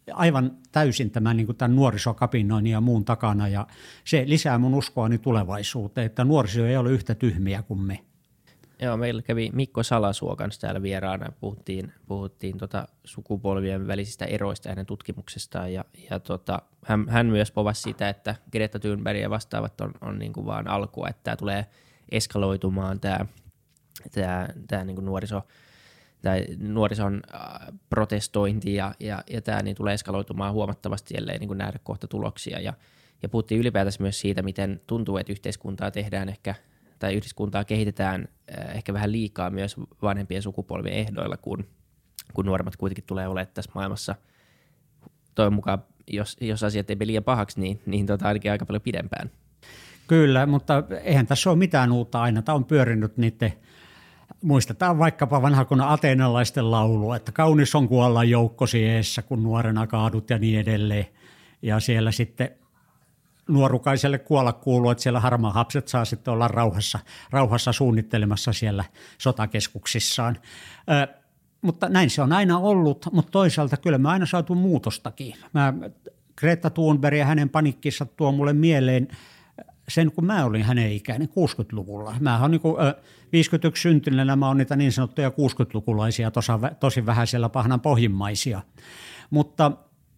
Speaker 1: aivan täysin tämän, niin kuin tämän nuorisokapinoinnin ja muun takana ja se lisää mun uskoani tulevaisuuteen, että nuoriso ei ole yhtä tyhmiä kuin me.
Speaker 2: Joo, meillä kävi Mikko Salasuo kanssa täällä vieraana, puhuttiin, puhuttiin tota sukupolvien välisistä eroista ja hänen tutkimuksestaan ja, ja tota, hän, hän myös povasi sitä, että Greta Thunberg ja vastaavat on, on niin kuin vaan alkua, että tämä tulee eskaloitumaan tämä, tämä, tämä niin kuin nuoriso, tai nuorison protestointi ja, ja, ja tämä niin tulee eskaloitumaan huomattavasti, ellei niin kuin nähdä kohta tuloksia. Ja, ja puhuttiin ylipäätänsä myös siitä, miten tuntuu, että yhteiskuntaa tehdään ehkä, tai yhteiskuntaa kehitetään ehkä vähän liikaa myös vanhempien sukupolvien ehdoilla, kun, kun nuoremmat kuitenkin tulee olemaan tässä maailmassa. Toivon mukaan, jos, jos asiat ei mene liian pahaksi, niin, niin tota ainakin aika paljon pidempään.
Speaker 1: Kyllä, mutta eihän tässä ole mitään uutta aina. Tämä on pyörinyt niiden. Muistetaan vaikkapa vanha kun ateenalaisten laulu, että kaunis on kuolla joukkosi eessä, kun nuorena kaadut ja niin edelleen. Ja siellä sitten nuorukaiselle kuolla kuuluu, että siellä harmaahapset saa sitten olla rauhassa, rauhassa suunnittelemassa siellä sotakeskuksissaan. Ö, mutta näin se on aina ollut, mutta toisaalta kyllä me aina saatu muutostakin. Mä, Greta Thunberg ja hänen paniikkinsa tuo mulle mieleen sen, kun mä olin hänen ikäinen kuusikymmentäluvulla. Mä oon niin kuin, viisikymmentäyksi syntyneenä, mä oon niitä niin sanottuja kuusikymmentälukulaisia, tosa, tosi vähän siellä pahnan pohjimmaisia. Mutta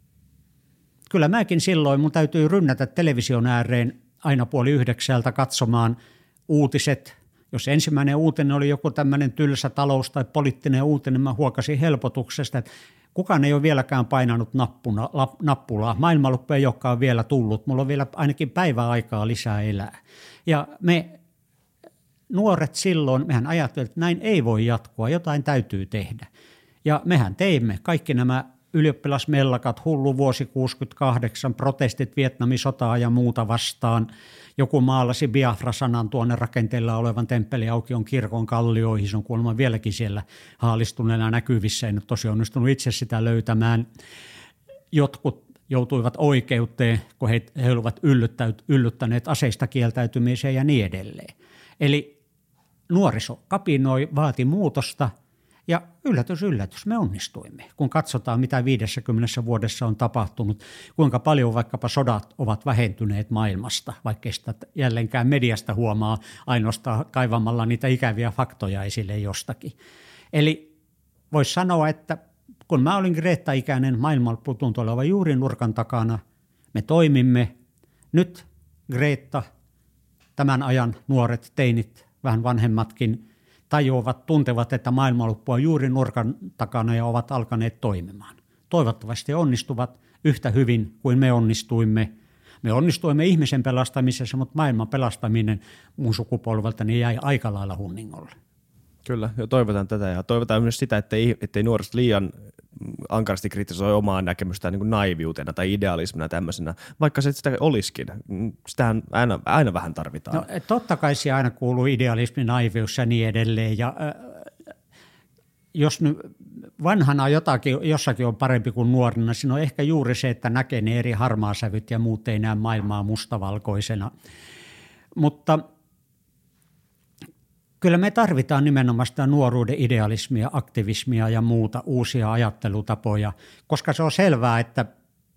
Speaker 1: kyllä mäkin silloin, mun täytyy rynnätä television ääreen aina puoli yhdeksältä katsomaan uutiset. Jos ensimmäinen uutinen oli joku tämmöinen tylsä talous- tai poliittinen uutinen, mä huokasin helpotuksesta, että kukaan ei ole vieläkään painanut nappuna, nappulaa. Maailmanloppu ei olekaan vielä tullut. Mulla on vielä ainakin päiväaikaa lisää elää. Ja me nuoret silloin, mehän ajattelimme, että näin ei voi jatkua, jotain täytyy tehdä. Ja mehän teimme kaikki nämä ylioppilasmellakat, hullu vuosi kuusikymmentäkahdeksan, protestit Vietnamin sotaa ja muuta vastaan. Joku maalasi Biafra-sanan tuonne rakenteella olevan temppeliaukion kirkon kallioihin. Se on kuulemma vieläkin siellä haalistuneena näkyvissä. En ole tosiaan onnistunut itse sitä löytämään. Jotkut joutuivat oikeuteen, kun he, he olivat yllyttäneet aseista kieltäytymiseen ja niin edelleen. Eli nuoriso kapinoi, vaati muutosta. Ja yllätys, yllätys, me onnistuimme, kun katsotaan, mitä viidessäkymmenessä vuodessa on tapahtunut, kuinka paljon vaikkapa sodat ovat vähentyneet maailmasta, vaikka sitä jälleenkään mediasta huomaa ainoastaan kaivamalla niitä ikäviä faktoja esille jostakin. Eli voisi sanoa, että kun mä olin Greta-ikäinen maailmanloppu tuntui olevan juuri nurkan takana, me toimimme. Nyt Greta, tämän ajan nuoret teinit, vähän vanhemmatkin, tajuavat, tuntevat, että maailmanloppu on juuri nurkan takana ja ovat alkaneet toimimaan. Toivottavasti onnistuvat yhtä hyvin kuin me onnistuimme. Me onnistuimme ihmisen pelastamisessa, mutta maailman pelastaminen mun sukupolvelta niin jäi aika lailla hunningolle.
Speaker 3: Kyllä, jo toivotaan tätä ja toivotaan myös sitä, ettei, ettei nuoriset liian ankarasti kritisoi omaa näkemystään niin kuin naiviutena tai idealismina tämmöisenä, vaikka se sitä olisikin. Sitähän aina, aina vähän tarvitaan.
Speaker 1: No, totta kai se aina kuuluu idealismi, naivius ja niin edelleen. Ja, äh, jos nyt vanhana jotakin, jossakin on parempi kuin nuorena, siinä on ehkä juuri se, että näkee ne eri harmaasävyt ja muut ei näe maailmaa mustavalkoisena. Mutta kyllä me tarvitaan nimenomaan sitä nuoruuden idealismia, aktivismia ja muuta uusia ajattelutapoja, koska se on selvää, että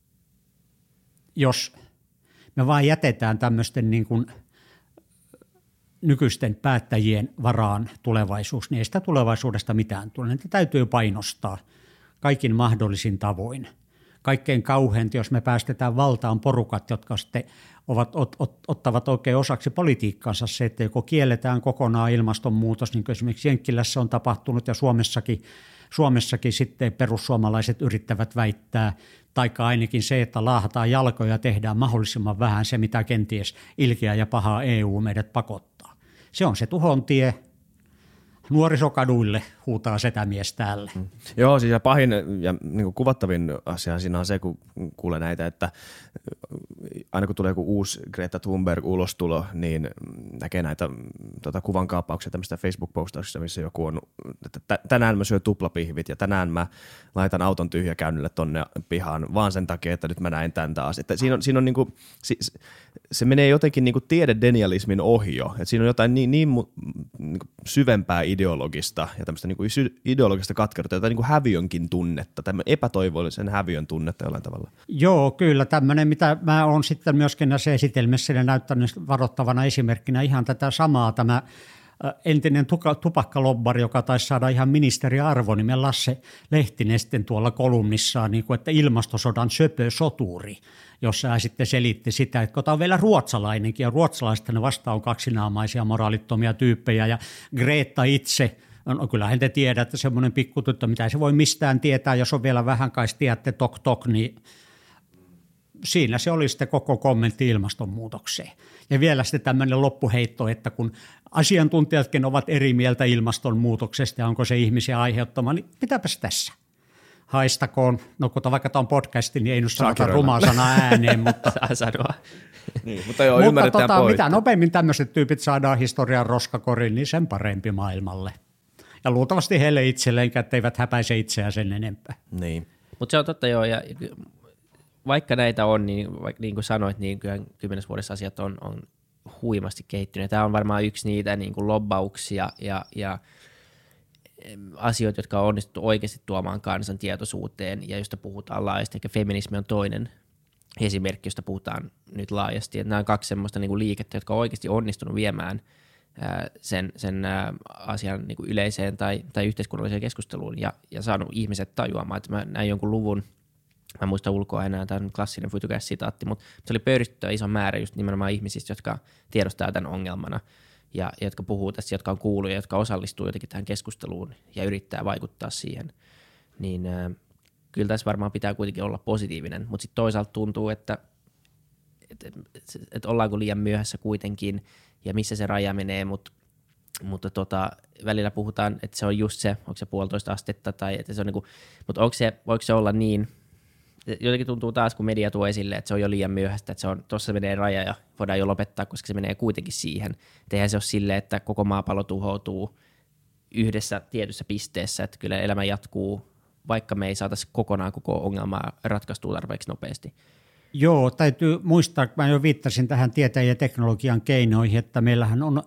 Speaker 1: jos me vaan jätetään tämmöisten niin kuin nykyisten päättäjien varaan tulevaisuus, niin ei sitä tulevaisuudesta mitään tule. Niitä täytyy painostaa kaikin mahdollisin tavoin. Kaikkein kauheinta, jos me päästetään valtaan porukat, jotka sitten ovat, ot, ot, ottavat oikein osaksi politiikkaansa se, että joko kielletään kokonaan ilmastonmuutos, niin kuin esimerkiksi Jenkkilässä on tapahtunut ja Suomessakin, Suomessakin sitten perussuomalaiset yrittävät väittää, taikka ainakin se, että laahataan jalkoja ja tehdään mahdollisimman vähän se, mitä kenties ilkeä ja pahaa E U meidät pakottaa. Se on se tuhon tie. Nuorisokaduille huutaa setämies täällä. Mm.
Speaker 3: Joo, siis ja pahin ja niin kuin kuvattavin asia siinä on se, kun kuulee näitä, että aina kun tulee joku uusi Greta Thunberg ulostulo, niin näkee näitä tota, kuvankaappauksia tämmöistä Facebook-postauksista, missä joku on, että tänään mä syön tuplapihvit ja tänään mä laitan auton tyhjäkäynnille tonne pihaan vaan sen takia, että nyt mä näin tän taas. Että siinä on, siinä on niin kuin, se, se menee jotenkin niin kuin tiededenialismin ohi jo, että siinä on jotain niin, niin, niin kuin syvempää ideologista ja tämmöistä niin kuin ideologista katkeruutta, jotain niin kuin häviönkin tunnetta, tämmöinen epätoivollisen häviön tunnetta jollain tavalla.
Speaker 1: Joo, kyllä tämmöinen, mitä mä oon sitten myöskin näissä esitelmissä näyttänyt varoittavana esimerkkinä ihan tätä samaa, tämä entinen tupakkalobbari, joka taisi saada ihan ministeriarvon, nimen Lasse Lehtinen sitten tuolla kolumnissaan, niin kuin, että ilmastosodan söpösoturi, jossa hän sitten selitti sitä, että tämä on vielä ruotsalainenkin, ja ruotsalaiset ne vasta on kaksinaamaisia moraalittomia tyyppejä, ja Greta itse, no kyllähän te tiedätte, semmoinen pikkutyttö, mitä se voi mistään tietää, jos on vielä vähän kai tiedätte tok tok, niin siinä se oli sitten koko kommentti ilmastonmuutokseen. Ja vielä sitten tämmöinen loppuheitto, että kun asiantuntijatkin ovat eri mieltä ilmastonmuutoksesta ja onko se ihmisiä aiheuttama, niin mitäpäs tässä? Haistakoon, no kun vaikka tämä on podcasti, niin ei nyt sanota rumaa sanaa ääneen, mutta,
Speaker 2: Saa sanoa.
Speaker 3: Niin, mutta joo,
Speaker 1: mutta tota, mitä nopeammin tämmöiset tyypit saadaan historian roskakoriin, niin sen parempi maailmalle. Ja luultavasti heille itselleenkään, etteivät häpäise itseään sen enempää.
Speaker 3: Niin.
Speaker 2: Mutta se on totta joo, ja vaikka näitä on, niin, vaikka, niin kuin sanoit, niin kyllä kymmenessä vuodessa asiat on, on huimasti kehittyneet. Tämä on varmaan yksi niitä niin kuin lobbauksia ja, ja asioita, jotka on onnistuttu oikeasti tuomaan kansan tietoisuuteen ja josta puhutaan laajasti. Eikä feminismi on toinen esimerkki, josta puhutaan nyt laajasti. Että nämä on kaksi sellaista niin kuin liikettä, jotka on oikeasti onnistunut viemään ää, sen, sen ää, asian niin kuin yleiseen tai, tai yhteiskunnalliseen keskusteluun ja, ja saanut ihmiset tajuamaan, että mä näin jonkun luvun. Mä muistan ulkoa enää, tämä on klassinen Futugas-sitaatti, mutta se oli pöyristyttävä iso määrä just nimenomaan ihmisistä, jotka tiedostaa tämän ongelmana ja jotka puhuu tässä, jotka on kuullut ja jotka osallistuu jotenkin tähän keskusteluun ja yrittää vaikuttaa siihen. Niin äh, kyllä tässä varmaan pitää kuitenkin olla positiivinen, mutta sitten toisaalta tuntuu, että et, et, et ollaanko liian myöhässä kuitenkin ja missä se raja menee, mutta mutta tota, välillä puhutaan, että se on just se, onko se puolitoista astetta tai että se on niinku, mutta onko se, voiko se olla niin, jotenkin tuntuu taas, kun media tuo esille, että se on jo liian myöhäistä, että se on, tuossa menee raja ja voidaan jo lopettaa, koska se menee kuitenkin siihen. Et eihän se ole silleen, että koko maapallo tuhoutuu yhdessä tietyssä pisteessä, että kyllä elämä jatkuu, vaikka me ei saataisi kokonaan koko ongelmaa ratkaistua tarpeeksi nopeasti. Joo,
Speaker 1: täytyy muistaa, että mä jo viittasin tähän tieteen ja teknologian keinoihin, että meillähän on,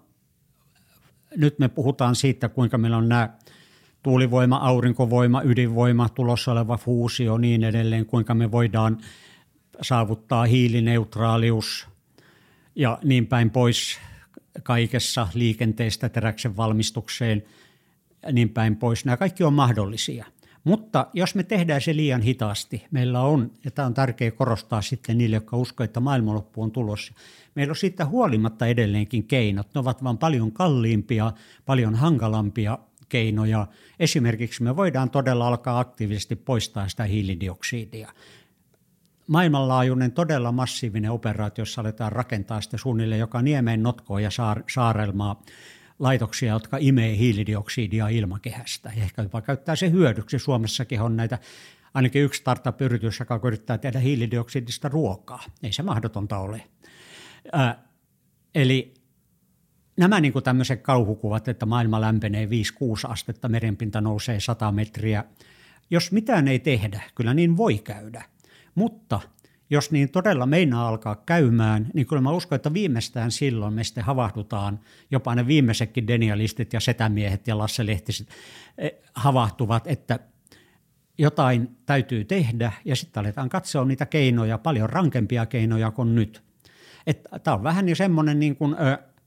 Speaker 1: nyt me puhutaan siitä, kuinka meillä on nämä tuulivoima, aurinkovoima, ydinvoima, tulossa oleva fuusio, niin edelleen, kuinka me voidaan saavuttaa hiilineutraalius ja niin päin pois kaikessa liikenteestä teräksen valmistukseen ja niin päin pois. Nämä kaikki on mahdollisia, mutta jos me tehdään se liian hitaasti, meillä on, ja tämä on tärkeää korostaa sitten niille, jotka uskoo, että maailmanloppu on tulossa, meillä on siitä huolimatta edelleenkin keinot. Ne ovat vaan paljon kalliimpia, paljon hankalampia keinoja. Esimerkiksi me voidaan todella alkaa aktiivisesti poistaa sitä hiilidioksidia. Maailmanlaajuinen todella massiivinen operaatio, jossa aletaan rakentaa sitä suunnilleen joka niemeen notkoa ja saar- saarelmaa laitoksia, jotka imee hiilidioksidia ilmakehästä. Ja ehkä jopa käyttää se hyödyksi. Suomessakin on näitä, ainakin yksi startup-yritys, joka yrittää tehdä hiilidioksidista ruokaa. Ei se mahdotonta ole. Äh, eli nämä niin kuin tämmöiset kauhukuvat, että maailma lämpenee viisi kuusi astetta, merenpinta nousee sata metriä. Jos mitään ei tehdä, kyllä niin voi käydä. Mutta jos niin todella meinaa alkaa käymään, niin kyllä mä uskon, että viimeistään silloin me sitten havahdutaan, jopa ne viimeisetkin denialistit ja setämiehet ja Lasse Lehtiset havahtuvat, että jotain täytyy tehdä ja sitten aletaan katsoa niitä keinoja, paljon rankempia keinoja kuin nyt. Tämä on vähän jo semmoinen, niin kuin,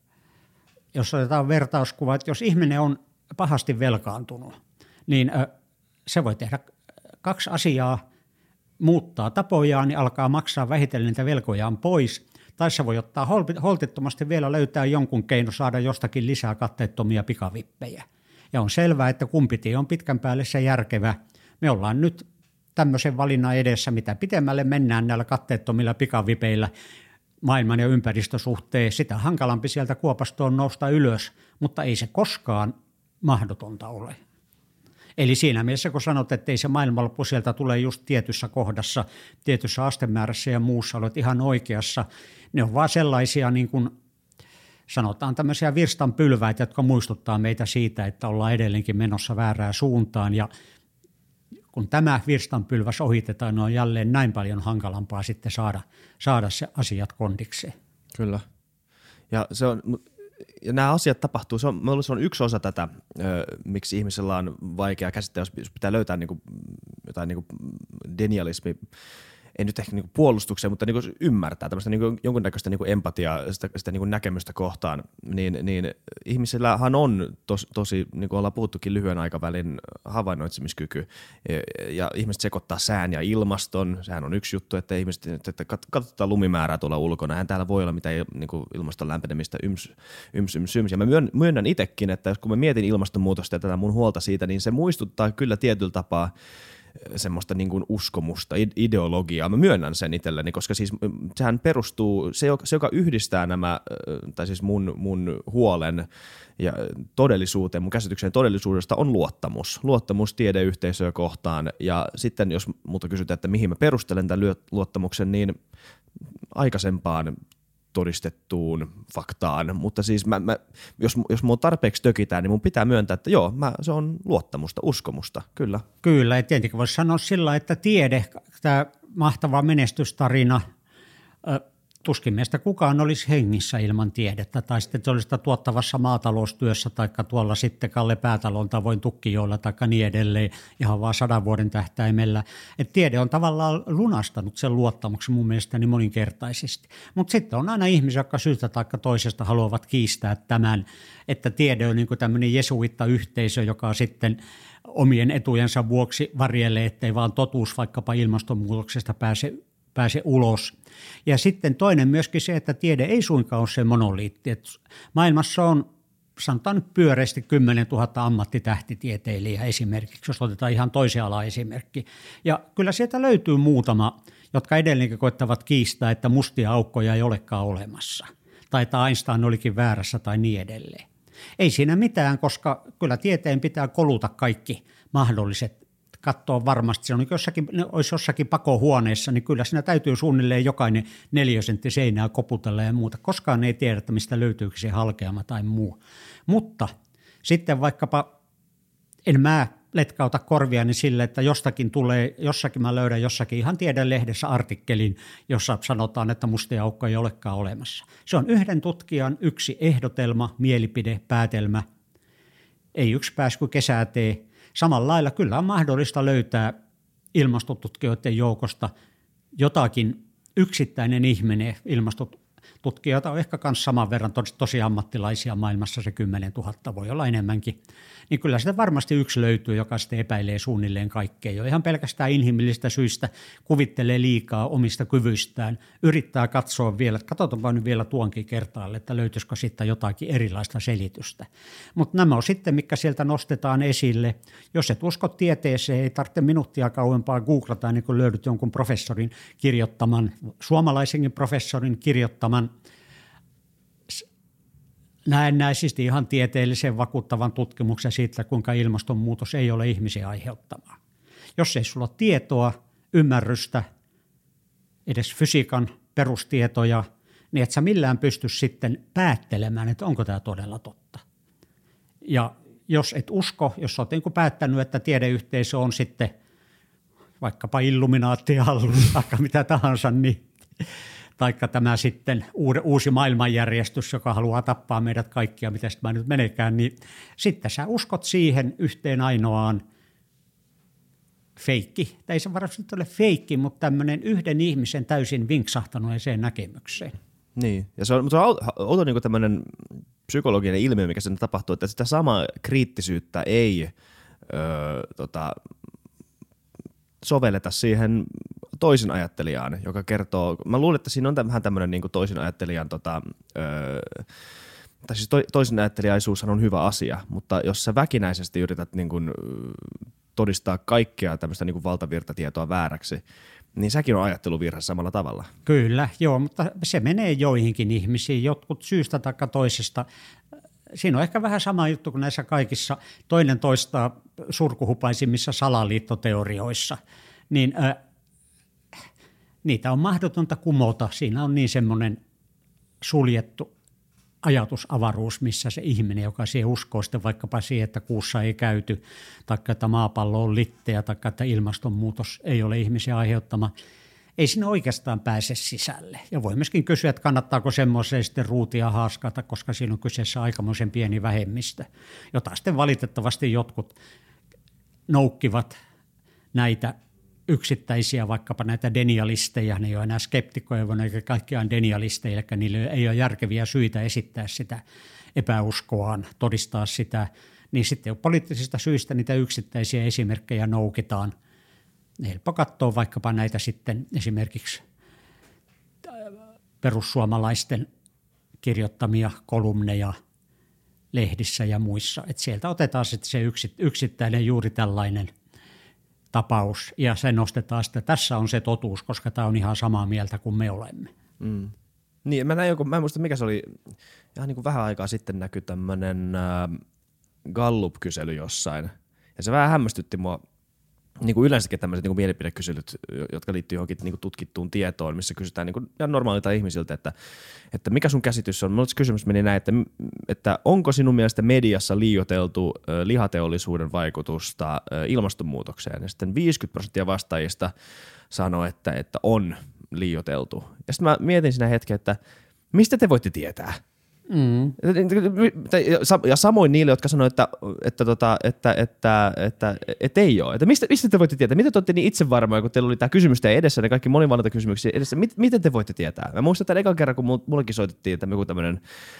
Speaker 1: jos otetaan vertauskuva, että jos ihminen on pahasti velkaantunut, niin se voi tehdä kaksi asiaa, muuttaa tapojaan, niin alkaa maksaa vähitellen niitä velkojaan pois, tai se voi ottaa holtittomasti vielä löytää jonkun keino saada jostakin lisää katteettomia pikavippejä. Ja on selvää, että kumpi tie on pitkän päälle se järkevä. Me ollaan nyt tämmöisen valinnan edessä, mitä pitemmälle mennään näillä katteettomilla pikavipeillä maailman ja ympäristösuhteen, sitä hankalampi sieltä kuopasta on nousta ylös, mutta ei se koskaan mahdotonta ole. Eli siinä mielessä, kun sanot, että ei se maailmanloppu sieltä tule just tietyssä kohdassa, tietyssä astemäärässä ja muussa, olet ihan oikeassa, ne on vaan sellaisia niin kuin sanotaan tämmöisiä virstanpylväitä, jotka muistuttaa meitä siitä, että ollaan edelleenkin menossa väärään suuntaan ja kun tämä virstanpylväs ohitetaan, niin on jälleen näin paljon hankalampaa sitten saada, saada se asiat kondikseen.
Speaker 3: Kyllä. Ja se on, ja nämä asiat tapahtuu, se on, se on yksi osa tätä, ö, miksi ihmisellä on vaikea käsittää, jos, jos pitää löytää niin kuin, jotain niin kuin denialismi, ei nyt ehkä niinku puolustukseen, mutta niinku ymmärtää tämmöistä niinku jonkunnäköistä niinku empatiaa, sitä, sitä niinku näkemystä kohtaan, niin, niin ihmisillähän on tos, tosi, niin kuin ollaan puhuttukin, lyhyen aikavälin havainnoitsemiskyky, ja, ja ihmiset sekoittaa sään ja ilmaston, sehän on yksi juttu, että ihmiset, että katsotaan lumimäärää tuolla ulkona, eihän täällä voi olla mitään niinku ilmaston lämpenemistä yms, yms, yms, yms, ja mä myön, myönnän itsekin, että kun mä mietin ilmastonmuutosta ja tätä mun huolta siitä, niin se muistuttaa kyllä tietyllä tapaa semmoista niin kuin uskomusta, ideologiaa. Mä myönnän sen itselleni, koska siis sehän perustuu, se, se joka yhdistää nämä, tai siis mun, mun huolen ja todellisuuteen, mun käsitykseen todellisuudesta on luottamus. Luottamus tiedeyhteisöä kohtaan, ja sitten jos multa kysytään, että mihin mä perustelen tämän luottamuksen, niin aikaisempaan todistettuun faktaan, mutta siis mä, mä, jos, jos mua tarpeeksi tökitään, niin mun pitää myöntää, että joo, mä, se on luottamusta, uskomusta, kyllä.
Speaker 1: Kyllä, ja tietenkin voisi sanoa sillä, että tiede, tämä mahtava menestystarina, tuskin meistä kukaan olisi hengissä ilman tiedettä, tai sitten se olisi tuottavassa maataloustyössä, tai tuolla sitten Kalle Päätalon tavoin Tukkijoilla, tai niin edelleen, ihan vaan sadan vuoden tähtäimellä. Et tiede on tavallaan lunastanut sen luottamuksen mun mielestäni moninkertaisesti. Mutta sitten on aina ihmisiä, jotka syystä tai toisesta haluavat kiistää tämän, että tiede on niin kuin tämmöinen jesuitta-yhteisö, joka sitten omien etujensa vuoksi varjelee, ettei vaan totuus vaikkapa ilmastonmuutoksesta pääse pääse ulos. Ja sitten toinen myöskin se, että tiede ei suinkaan ole se monoliitti. Että maailmassa on, sanotaan nyt pyöreästi kymmenen tuhatta ammattitähtitieteilijää esimerkiksi, jos otetaan ihan toisen alan esimerkki. Ja kyllä sieltä löytyy muutama, jotka edelleenkin koettavat kiistää, että mustia aukkoja ei olekaan olemassa. Tai että Einstein olikin väärässä tai niin edelleen. Ei siinä mitään, koska kyllä tieteen pitää koluta kaikki mahdolliset. Katsoa varmasti, se on jossakin, olisi jossakin pakohuoneessa, niin kyllä siinä täytyy suunnilleen jokainen neliösentti seinää koputella ja muuta. Koskaan ei tiedä, että mistä löytyykö se halkeama tai muu. Mutta sitten vaikkapa, en mä letkauta korviani sille, että jostakin tulee, jossakin mä löydän jossakin ihan tiedelehdessä artikkelin, jossa sanotaan, että mustia aukkoja ei olekaan olemassa. Se on yhden tutkijan yksi ehdotelma, mielipide, päätelmä. Ei yksi pääs kuin kesää tee. Samalla lailla kyllä on mahdollista löytää ilmastotutkijoiden joukosta jotakin yksittäinen ihminen. Ilmastotutkijoita on ehkä myös saman verran tosi, tosi ammattilaisia maailmassa, se kymmenen tuhatta voi olla enemmänkin. Niin kyllä sitä varmasti yksi löytyy, joka sitten epäilee suunnilleen kaikkea. Jo ihan pelkästään inhimillisistä syistä kuvittelee liikaa omista kyvyistään, yrittää katsoa vielä, että katsotaanpa nyt vielä tuonkin kertaalle, että löytyisikö sitten jotakin erilaista selitystä. Mutta nämä on sitten, mitkä sieltä nostetaan esille. Jos et usko tieteeseen, ei tarvitse minuuttia kauempaa googlata, niin kun löydät jonkun professorin kirjoittaman, suomalaisenkin professorin kirjoittaman, näennäisesti ihan tieteellisen vakuuttavan tutkimuksen siitä, kuinka ilmastonmuutos ei ole ihmisiä aiheuttamaa. Jos ei sulla ole tietoa, ymmärrystä, edes fysiikan perustietoja, niin et sä millään pysty sitten päättelemään, että onko tämä todella totta. Ja jos et usko, jos olet niin kuin päättänyt, että tiedeyhteisö on sitten vaikkapa illuminaattien hallussa tai mitä tahansa, niin taikka tämä sitten uusi maailmanjärjestys, joka haluaa tappaa meidät kaikkia, mitä sitten mä nyt menekään, niin sitten sä uskot siihen yhteen ainoaan feikki, tai ei se varmasti ole feikki, mutta tämmöinen yhden ihmisen täysin vinksahtaneeseen näkemykseen.
Speaker 3: Niin, ja se on, se on outo niin kuin tämmöinen psykologinen ilmiö, mikä sen tapahtuu, että sitä samaa kriittisyyttä ei öö, tota, sovelleta siihen toisin ajattelijaan, joka kertoo, mä luulen, että siinä on vähän tämmöinen niin kuin toisin ajattelijan, tota, öö, tai siis to, toisin ajattelijaisuushan on hyvä asia, mutta jos sä väkinäisesti yrität niin kuin todistaa kaikkea tämmöistä niin kuin valtavirtatietoa vääräksi, niin säkin on ajatteluvirhe samalla tavalla.
Speaker 1: Kyllä, joo, mutta se menee joihinkin ihmisiin, jotkut syystä tai toisesta. Siinä on ehkä vähän sama juttu kuin näissä kaikissa toinen toista surkuhupaisimmissa salaliittoteorioissa, niin äh, niitä on mahdotonta kumota. Siinä on niin semmoinen suljettu ajatusavaruus, missä se ihminen, joka siihen uskoo sitten vaikkapa siihen, että kuussa ei käyty, tai että maapallo on litteä, tai että ilmastonmuutos ei ole ihmisiä aiheuttama. ei sinne oikeastaan pääse sisälle. Ja voi myöskin kysyä, että kannattaako semmoiseen sitten ruutia haaskata, koska siinä on kyseessä aikamoisen pieni vähemmistö, jota sitten valitettavasti jotkut noukkivat näitä yksittäisiä, vaikkapa näitä denialisteja, ne ei ole enää skeptikkoja, vaan eikä kaikkiaan denialisteja, eli niillä ei ole järkeviä syitä esittää sitä epäuskoaan, todistaa sitä, niin sitten poliittisista syistä niitä yksittäisiä esimerkkejä noukitaan. Helppo katsoa vaikkapa näitä sitten esimerkiksi perussuomalaisten kirjoittamia kolumneja lehdissä ja muissa, että sieltä otetaan sitten se yksittäinen juuri tällainen tapaus ja se nostetaan sitten, tässä on se totuus, koska tämä on ihan samaa mieltä kuin me olemme.
Speaker 3: Mm. Niin, mä näin joku, mä en muista mikä se oli, ihan niin kuin vähän aikaa sitten näkyi tämmönen äh, Gallup-kysely jossain ja se vähän hämmästytti mua. Niin kuin yleensäkin tämmöiset niin kuin mielipidekyselyt, jotka liittyy johonkin niin kuin tutkittuun tietoon, missä kysytään niin kuin ihan normaalilta ihmisiltä, että, että mikä sun käsitys on. Mulla kysymys meni näin, että, että onko sinun mielestä mediassa liioiteltu lihateollisuuden vaikutusta ilmastonmuutokseen? Ja sitten viisikymmentä prosenttia vastaajista sanoi, että, että on liioiteltu. Ja sitten mä mietin siinä hetken, että mistä te voitte tietää? Mm. Ja samoin niille, jotka sanoivat, että, että, että, että, että, että, että ei ole. Että mistä, mistä te voitte tietää? Miten te olette niin itsevarmoja, kun teillä oli tämä kysymystä edessä, ne kaikki monivalintakysymyksiä edessä? Miten te voitte tietää? Mä muistan tämän ekan kerran, kun mullekin soitettiin joku tämmöinen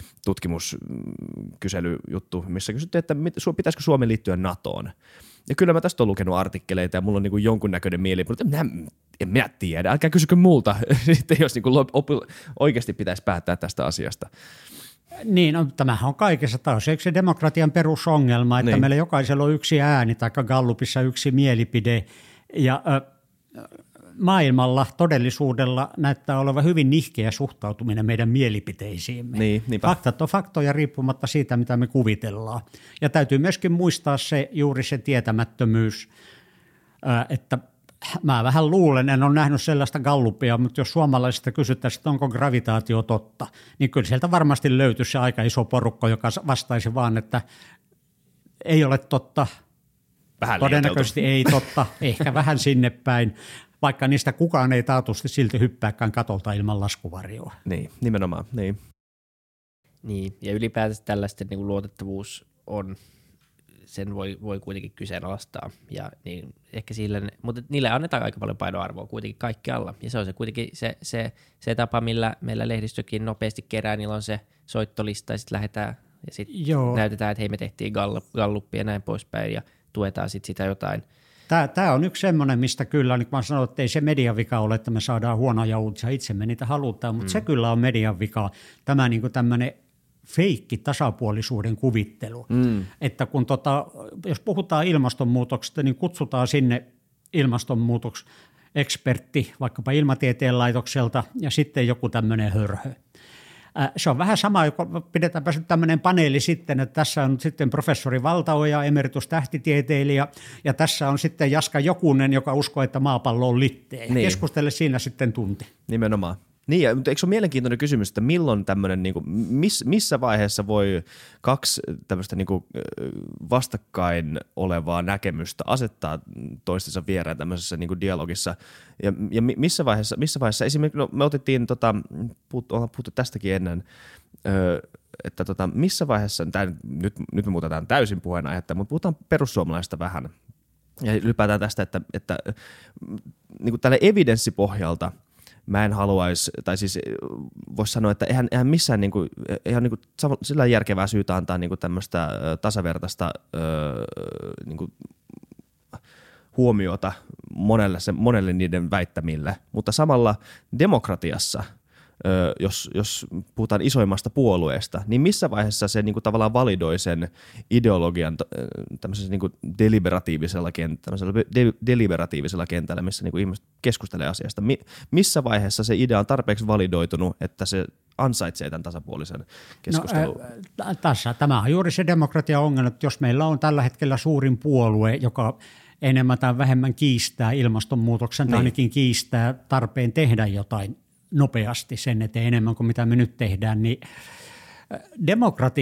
Speaker 3: tutkimuskyselyjuttu, missä kysyttiin, että pitäisikö Suomen liittyä NATOon. Ja kyllä mä tästä olen lukenut artikkeleita ja mulla on niin kuin jonkunnäköinen mielipide, että minä, en minä tiedä, älkää kysykö multa, sitten jos niin kuin oikeasti pitäisi päättää tästä asiasta.
Speaker 1: Niin, no, tämähän on kaikessa taas se demokratian perusongelma, että niin. Meillä jokaisella on yksi ääni tai Gallupissa yksi mielipide ja äh, maailmalla, todellisuudella näyttää olevan hyvin nihkeä suhtautuminen meidän mielipiteisiimme.
Speaker 3: Niin,
Speaker 1: faktat on faktoja riippumatta siitä, mitä me kuvitellaan. Ja täytyy myöskin muistaa se juuri se tietämättömyys, äh, että mä vähän luulen, en ole nähnyt sellaista gallupia, mutta jos suomalaisista kysyttäisiin, että onko gravitaatio totta, niin kyllä sieltä varmasti löytyisi se aika iso porukka, joka vastaisi vaan, että ei ole totta,
Speaker 3: vähän
Speaker 1: todennäköisesti ei totta, ehkä vähän sinne päin, vaikka niistä kukaan ei taatusti silti hyppääkään katolta ilman laskuvarjoa.
Speaker 3: Niin, nimenomaan, niin.
Speaker 2: Niin, ja ylipäätänsä tällaisten niin kuin luotettavuus on, sen voi, voi kuitenkin kyseenalaistaa, ja niin, ehkä sillä, mutta niille annetaan aika paljon painoarvoa kuitenkin kaikkialla, ja se on se kuitenkin se, se, se tapa, millä meillä lehdistökin nopeasti kerää, niillä on se soittolista, ja sitten lähdetään, ja sitten näytetään, että hei, me tehtiin gallupia ja näin poispäin, ja tuetaan sitten sitä jotain.
Speaker 1: Tämä, tämä on yksi semmoinen, mistä kyllä, niin kuin mä sanon, että ei se median vika ole, että me saadaan huonoja uutisia, itsemme niitä halutaan, mutta mm. se kyllä on median vika, tämä niin kuin tämmöinen feikki tasapuolisuuden kuvittelu, mm. että kun tota, jos puhutaan ilmastonmuutoksesta, niin kutsutaan sinne ilmastonmuutoksekspertti vaikkapa Ilmatieteen laitokselta ja sitten joku tämmöinen hörhö. Se on vähän sama, kun pidetäänpä tämmöinen paneeli sitten, että tässä on sitten professori Valtaoja, emeritus tähtitieteilijä, ja tässä on sitten Jaska Jokunen, joka uskoo, että maapallo on litteä. Niin. Keskustele siinä sitten tunti.
Speaker 3: Nimenomaan. Niin, mutta eikö se ole mielenkiintoinen kysymys, että milloin tämmöinen, niin kuin, miss, missä vaiheessa voi kaksi tämmöistä niin kuin vastakkain olevaa näkemystä asettaa toistensa viereen tämmöisessä niin kuin dialogissa, ja, ja missä vaiheessa, missä vaiheessa esimerkiksi, no, me otettiin, tota, puhut, ollaan puhuttu tästäkin ennen, öö, että tota, missä vaiheessa, tää, nyt, nyt me muutetaan täysin puheenaihetta, mutta puhutaan perussuomalaisista vähän, ja ylipäätään tästä, että, että niin kuin tälle evidenssipohjalta, mä en haluaisi, tai siis voisi sanoa, että eihän, eihän missään niin kuin, eihän niin kuin, sillä järkevää syytä antaa niin kuin tämmöistä tasavertaista öö, niin kuin huomiota monelle, se, monelle niiden väittämille, mutta samalla demokratiassa, öö, jos, jos puhutaan isoimmasta puolueesta, niin missä vaiheessa se niin kuin tavallaan validoi sen ideologian tämmöisessä niin kuin deliberatiivisella, kentällä, de, deliberatiivisella kentällä, missä niin kuin ihmiset keskustelee asiasta. Mi, missä vaiheessa se idea on tarpeeksi validoitunut, että se ansaitsee tämän tasapuolisen keskustelun?
Speaker 1: No, äh, tässä, tämä on juuri se demokratia-ongelma, että jos meillä on tällä hetkellä suurin puolue, joka enemmän tai vähemmän kiistää ilmastonmuutoksen, niin. tai ainakin kiistää tarpeen tehdä jotain nopeasti sen eteen enemmän kuin mitä me nyt tehdään, niin demokratian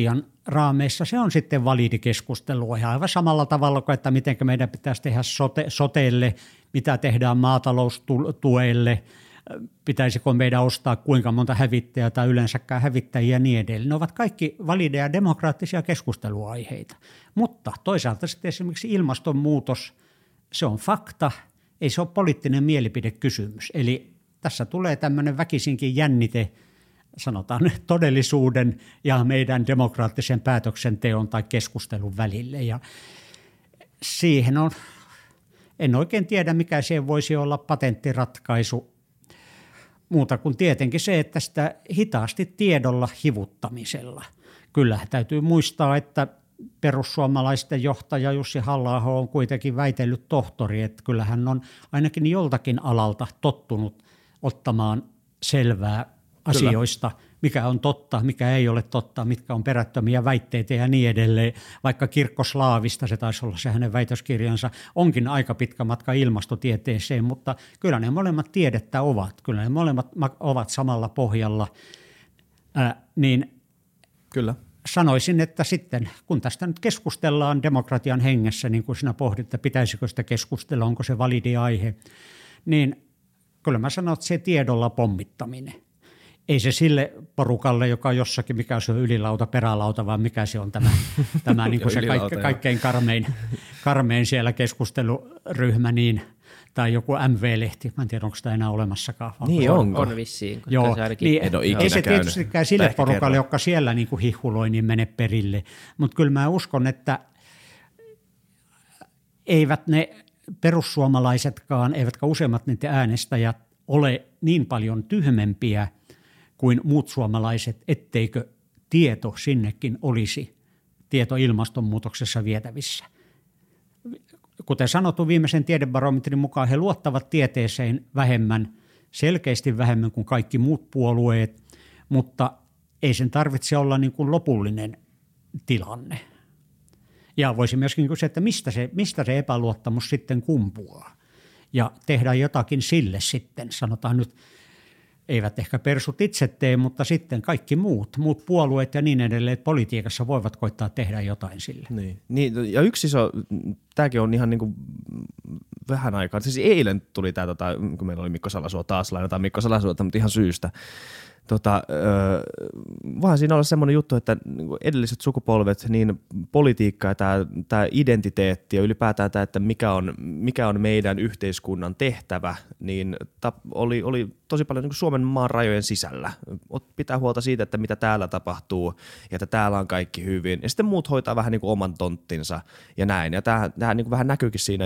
Speaker 1: raameissa se on sitten validi keskustelua ja aivan samalla tavalla kuin, että miten meidän pitäisi tehdä sote, soteelle, mitä tehdään maataloustuelle, pitäisikö meidän ostaa kuinka monta hävittäjää tai yleensäkään hävittäjiä ja niin edelleen. Ne ovat kaikki valideja demokraattisia keskusteluaiheita, mutta toisaalta sitten esimerkiksi ilmastonmuutos, se on fakta, ei se ole poliittinen mielipidekysymys. Eli tässä tulee tämmöinen väkisinkin jännite, sanotaan todellisuuden ja meidän demokraattisen päätöksenteon tai keskustelun välille. Ja siihen on, en oikein tiedä mikä siihen voisi olla patenttiratkaisu, muuta kuin tietenkin se, että sitä hitaasti tiedolla hivuttamisella. Kyllä täytyy muistaa, että perussuomalaisten johtaja Jussi Halla-aho on kuitenkin väitellyt tohtori, että kyllähän on ainakin joltakin alalta tottunut ottamaan selvää asioista, kyllä, mikä on totta, mikä ei ole totta, mitkä on perättömiä väitteitä ja niin edelleen. Vaikka kirkkoslaavista, se taisi olla se hänen väitöskirjansa, onkin aika pitkä matka ilmastotieteeseen, mutta kyllä ne molemmat tiedettä ovat. Kyllä ne molemmat ovat samalla pohjalla, Ää, niin
Speaker 3: kyllä.
Speaker 1: Sanoisin, että sitten kun tästä nyt keskustellaan demokratian hengessä, niin kuin sinä pohdit, että pitäisikö sitä keskustella, onko se validi aihe, niin kyllä mä sanon, että se tiedolla pommittaminen. Ei se sille porukalle, joka on jossakin, mikä se on ylilauta, perälauta, vaan mikä se on tämä, tämä niin kuin se kaik, kaikkein karmein, karmein siellä keskusteluryhmä, niin, tai joku M V-lehti, mä en tiedä, onko sitä enää olemassakaan.
Speaker 3: Niin onko?
Speaker 2: On vissiin.
Speaker 1: Joo,
Speaker 2: se ainakin,
Speaker 1: niin, ei se
Speaker 3: käynyt.
Speaker 1: tietystikään sille Ehkä porukalle, kerran. Joka siellä niin kuin hihuloi, niin mene perille, mutta kyllä mä uskon, että eivät ne perussuomalaisetkaan, eivätkä useimmat niiden äänestäjät ole niin paljon tyhmempiä kuin muut suomalaiset, etteikö tieto sinnekin olisi tieto ilmastonmuutoksessa vietävissä. Kuten sanottu, viimeisen tiedebarometrin mukaan he luottavat tieteeseen vähemmän, selkeästi vähemmän kuin kaikki muut puolueet, mutta ei sen tarvitse olla niin kuin lopullinen tilanne. Ja voisi myöskin kysyä, että mistä se, mistä se epäluottamus sitten kumpuaa ja tehdään jotakin sille sitten, sanotaan nyt, eivät ehkä persut itse tee, mutta sitten kaikki muut, muut puolueet ja niin edelleen, että politiikassa voivat koittaa tehdä jotain sille.
Speaker 3: Niin, niin ja yksi iso, tämäkin on ihan niin kuin vähän aikaa, siis eilen tuli tämä, tota, kun meillä oli Mikko Salasuo taas, lainataan Mikko Salasuota, mutta ihan syystä. Tota, öö, vaan siinä olla semmoinen juttu, että edelliset sukupolvet, niin politiikka ja tämä, tämä identiteetti ja ylipäätään tämä, että mikä on, mikä on meidän yhteiskunnan tehtävä, niin ta, oli, oli tosi paljon niin kuin Suomen maan rajojen sisällä. Pitää huolta siitä, että mitä täällä tapahtuu ja että täällä on kaikki hyvin. Ja sitten muut hoitaa vähän niin kuin oman tonttinsa ja näin. Ja tämähän, tämähän niin kuin vähän näkyykin siinä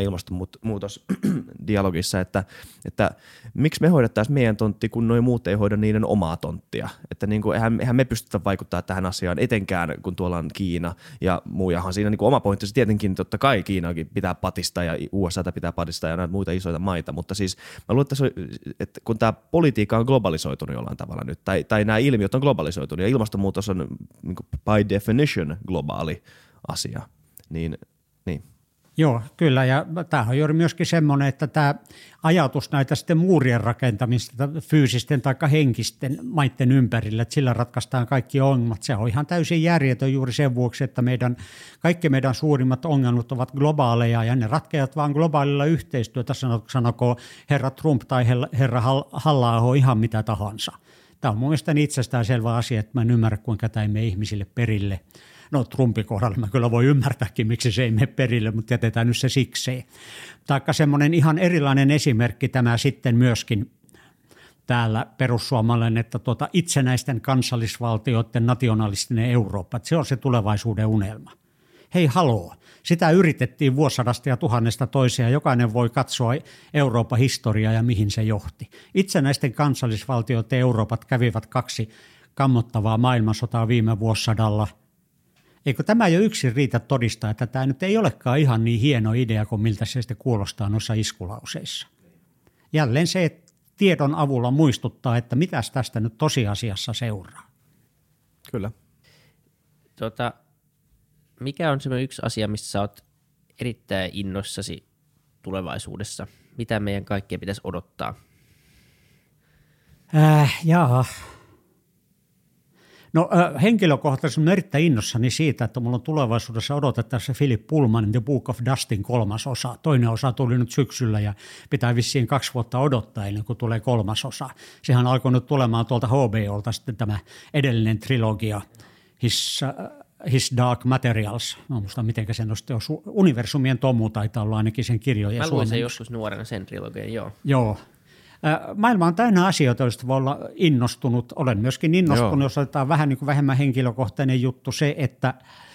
Speaker 3: ilmastonmuutosdialogissa, että, että miksi me hoidettaisiin meidän tontti, kun noi muut ei hoida niiden omaa tonttia. Että niin kuin, eihän, eihän me pystytä vaikuttaa tähän asiaan etenkään, kun tuolla on Kiina ja muujahan siinä niin kuin oma pointti. Tietenkin totta kai Kiinakin pitää patistaa ja U S A:ta pitää patistaa ja näitä muita isoita maita, mutta siis mä luulen, että, se, että kun tämä politiikka on globalisoitunut jollain tavalla nyt, tai, tai nämä ilmiöt on globalisoitunut ja ilmastonmuutos on niin kuin by definition globaali asia, niin, niin.
Speaker 1: Joo, kyllä, ja tämä on juuri myöskin semmoinen, että tämä ajatus näitä sitten muurien rakentamista fyysisten tai henkisten maiden ympärillä, että sillä ratkaistaan kaikki ongelmat, se on ihan täysin järjetön juuri sen vuoksi, että meidän, kaikki meidän suurimmat ongelmat ovat globaaleja ja ne ratkeavat vaan globaalilla yhteistyötä, sanoko herra Trump tai herra Halla-aho ihan mitä tahansa. Tämä on mun mielestäni itsestäänselvä asia, että mä en ymmärrä, kuinka tämä ei mene ihmisille perille. No Trumpin kohdalla mä kyllä voi ymmärtääkin, miksi se ei mene perille, mutta jätetään nyt se sikseen. Taikka semmoinen ihan erilainen esimerkki tämä sitten myöskin täällä perussuomalainen, että tuota itsenäisten kansallisvaltioiden nationalistinen Eurooppa, että se on se tulevaisuuden unelma. Hei haloo, sitä yritettiin vuosisadasta ja tuhannesta toiseen ja jokainen voi katsoa Euroopan historiaa ja mihin se johti. Itsenäisten kansallisvaltioiden Euroopat kävivät kaksi kammottavaa maailmansotaa viime vuosisadalla. Eikö tämä jo yksin riitä todistaa, että tämä nyt ei olekaan ihan niin hieno idea kuin miltä se sitten kuulostaa noissa iskulauseissa. Jälleen se, että tiedon avulla muistuttaa, että mitäs tästä nyt tosiasiassa seuraa.
Speaker 3: Kyllä.
Speaker 2: Tota, mikä on semmoinen yksi asia, missä sä oot erittäin innoissasi tulevaisuudessa? Mitä meidän kaikkien pitäisi odottaa?
Speaker 1: Äh, jaa. No äh, henkilökohtaisesti olen erittäin innossani siitä, että mulla on tulevaisuudessa odotettavassa Philip Pullmanin The Book of Dustin kolmas osa. Toinen osa tuli nyt syksyllä ja pitää vissiin kaksi vuotta odottaa ennen kuin tulee kolmas osa. Sehän alkoi nyt tulemaan tuolta H B O:lta sitten tämä edellinen trilogia, His, uh, His Dark Materials. Mä muistan, miten sen on sitten Universumien Tomu taitaa olla ainakin sen kirjojen
Speaker 2: Mä luin sen joskus nuorena sen trilogian, joo.
Speaker 1: Joo. Maailma on täynnä asioita, joista voi olla innostunut. Olen myöskin innostunut, Joo. jos otetaan vähän niin kuin vähemmän henkilökohtainen juttu se, että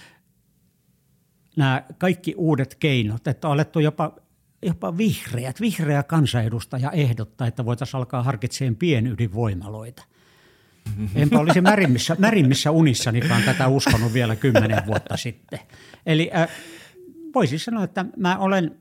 Speaker 1: nämä kaikki uudet keinot, että on alettu jopa, jopa vihreät, vihreä kansanedustaja ehdottaa, että voitaisiin alkaa harkitsemaan pienydinvoimaloita. Enpä olisi märimmissä, märimmissä unissanikaan tätä uskonut vielä kymmenen vuotta sitten. Eli äh, voisin sanoa, että mä olen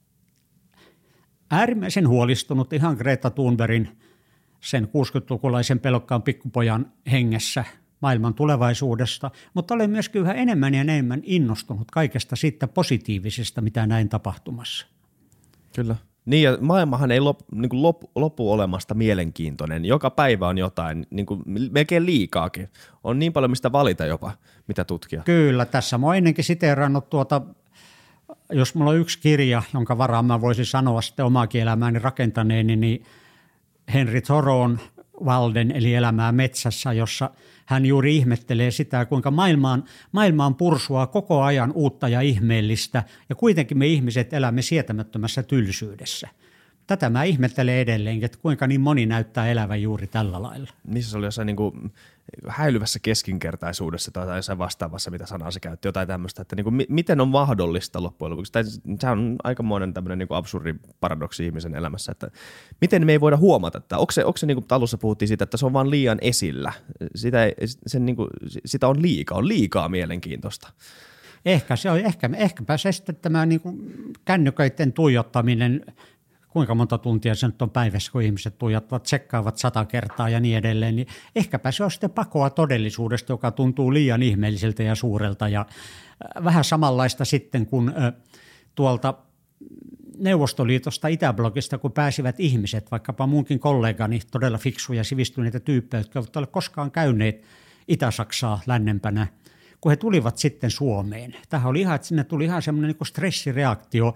Speaker 1: äärimmäisen huolistunut ihan Greta Thunbergin sen kuusikymmentälukulaisen pelokkaan pikkupojan hengessä maailman tulevaisuudesta, mutta olen myöskin yhä enemmän ja enemmän innostunut kaikesta siitä positiivisesta, mitä näin tapahtumassa.
Speaker 3: Kyllä. Niin ja maailmahan ei lop, niin kuin lop, lopu olemasta mielenkiintoinen. Joka päivä on jotain, niin kuin melkein liikaakin. On niin paljon mistä valita jopa, mitä tutkia.
Speaker 1: Kyllä, tässä mä oon ennenkin siteerannut tuota, jos mulla on yksi kirja, jonka varaan mä voisin sanoa sitten omaakin elämääni rakentaneeni, niin Henry Thoreaun Walden, eli Elämää metsässä, jossa hän juuri ihmettelee sitä, kuinka maailmaan, maailmaan pursua koko ajan uutta ja ihmeellistä, ja kuitenkin me ihmiset elämme sietämättömässä tylsyydessä. Tätä mä ihmettelen edelleenkin, että kuinka niin moni näyttää elävän juuri tällä lailla.
Speaker 3: Missä se oli jossain niin kuin häilyvässä keskinkertaisuudessa tai jossain vastaavassa, mitä sanaa se käytti, jotain tämmöistä, että niin kuin, miten on mahdollista loppujen lopuksi. Tai se on aikamoinen tämmöinen niin kuin absurdi paradoksi ihmisen elämässä, että miten me ei voida huomata, että onko se, onko se niin kuin alussa puhuttiin siitä, että se on vaan liian esillä. Sitä, ei, sen, niin kuin, sitä on liikaa, on liikaa mielenkiintoista.
Speaker 1: Ehkä se on, ehkä, ehkäpä se sitten tämä niin kuin kännyköiden tuijottaminen. Kuinka monta tuntia se nyt on päivässä, kun ihmiset tuijottavat, tsekkaavat sata kertaa ja niin edelleen, niin ehkäpä se on sitten pakoa todellisuudesta, joka tuntuu liian ihmeelliseltä ja suurelta. Ja vähän samanlaista sitten, kun tuolta Neuvostoliitosta Itäblogista, kun pääsivät ihmiset, vaikkapa munkin kollegani, todella fiksuja sivistyneitä tyyppejä, jotka eivät ole koskaan käyneet Itä-Saksaa lännempänä, kun he tulivat sitten Suomeen. Tähän oli ihan, että sinne tuli ihan semmoinen niin kuin stressireaktio.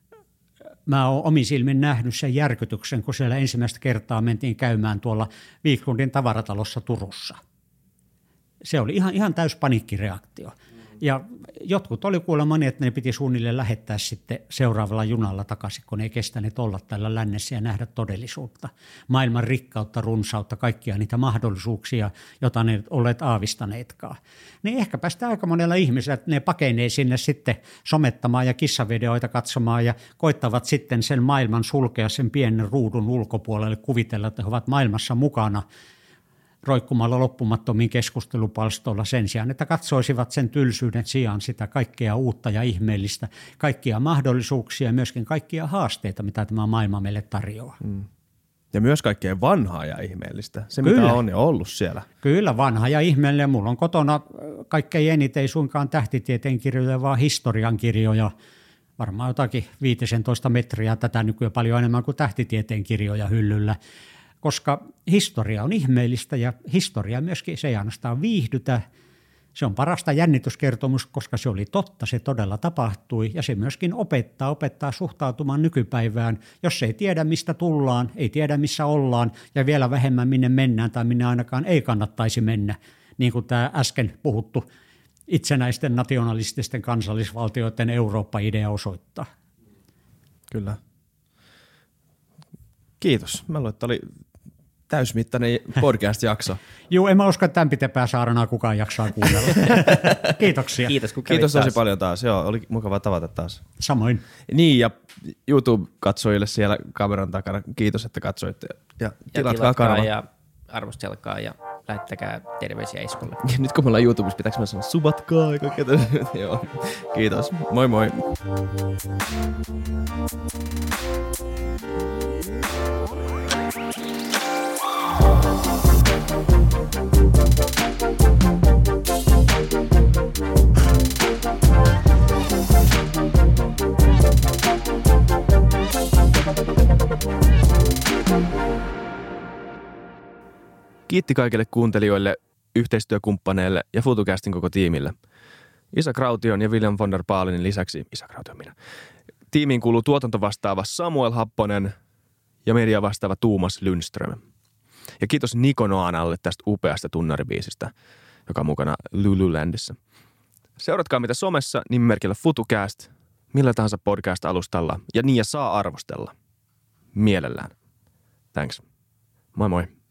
Speaker 1: Mä oon omin silmin nähnyt sen järkytyksen, kun siellä ensimmäistä kertaa mentiin käymään tuolla Wiklundin tavaratalossa Turussa. Se oli ihan, ihan täys paniikkireaktio. Ja jotkut oli kuulemma niin, että ne piti suunnilleen lähettää sitten seuraavalla junalla takaisin, kun ne ei kestäneet olla täällä lännessä ja nähdä todellisuutta. Maailman rikkautta, runsautta, kaikkia niitä mahdollisuuksia, joita ne olleet aavistaneetkaan. Niin ehkäpä sitä aika monella ihmisellä, että ne pakenee sinne sitten somettamaan ja kissavideoita katsomaan ja koittavat sitten sen maailman sulkea sen pienen ruudun ulkopuolelle, kuvitella, että he ovat maailmassa mukana roikkumalla loppumattomiin keskustelupalstoilla sen sijaan, että katsoisivat sen tylsyyden sijaan sitä kaikkea uutta ja ihmeellistä, kaikkia mahdollisuuksia ja myöskin kaikkia haasteita, mitä tämä maailma meille tarjoaa. Mm.
Speaker 3: Ja myös kaikkea vanhaa ja ihmeellistä, se
Speaker 1: Kyllä.
Speaker 3: mitä on jo ollut siellä.
Speaker 1: Kyllä, vanha ja ihmeellinen. Mulla on kotona kaikkein eniten ei suinkaan tähtitieteen kirjoja, vaan historian kirjoja. Varmaan jotakin viisitoista metriä tätä nykyään paljon enemmän kuin tähtitieteen kirjoja hyllyllä. Koska historia on ihmeellistä ja historia myöskin, se ei ainoastaan viihdytä. Se on parasta jännityskertomus, koska se oli totta, se todella tapahtui ja se myöskin opettaa, opettaa suhtautumaan nykypäivään. Jos ei tiedä mistä tullaan, ei tiedä missä ollaan ja vielä vähemmän minne mennään tai minne ainakaan ei kannattaisi mennä, niin kuin tämä äsken puhuttu itsenäisten nationalististen kansallisvaltioiden Eurooppa-idea osoittaa.
Speaker 3: Kyllä. Kiitos. Mä luulen, että oli täysmittainen podcast-jakso.
Speaker 1: Joo, en mä usko, että tämän pitempää saaranaa kukaan jaksaa kuunnella. Kiitoksia.
Speaker 2: Kiitos, kun
Speaker 3: Kiitos tosi
Speaker 2: taas.
Speaker 3: paljon taas. Joo, oli mukava tavata taas.
Speaker 1: Samoin.
Speaker 3: Niin, ja YouTube-katsojille siellä kameran takana, kiitos, että katsoitte. Ja,
Speaker 2: Ja
Speaker 3: tilatkaa kanava.
Speaker 2: ja arvostelkaa ja lähettäkää terveisiä Iskolle.
Speaker 3: Ja nyt kun me ollaan YouTubessa, pitääkö mä sanoa subatkaa ja kaikkea tämmöistä? Joo, kiitos. Moi moi. Kiitti kaikille kuuntelijoille yhteistyökumppaneille ja FutuCastin koko tiimille. Isa Kraution ja William von der Baalinin lisäksi, Isa Kraution minä, tiimiin kuuluu tuotantovastaava Samuel Happonen ja media vastaava Tuumas Lundström. Ja kiitos Niko Noanalle tästä upeasta tunnaribiisistä, joka on mukana Lululandissa. Seuratkaa mitä somessa nimimerkillä FutuCast, millä tahansa podcast-alustalla ja niin ja saa arvostella. Mielellään. Thanks. Moi moi.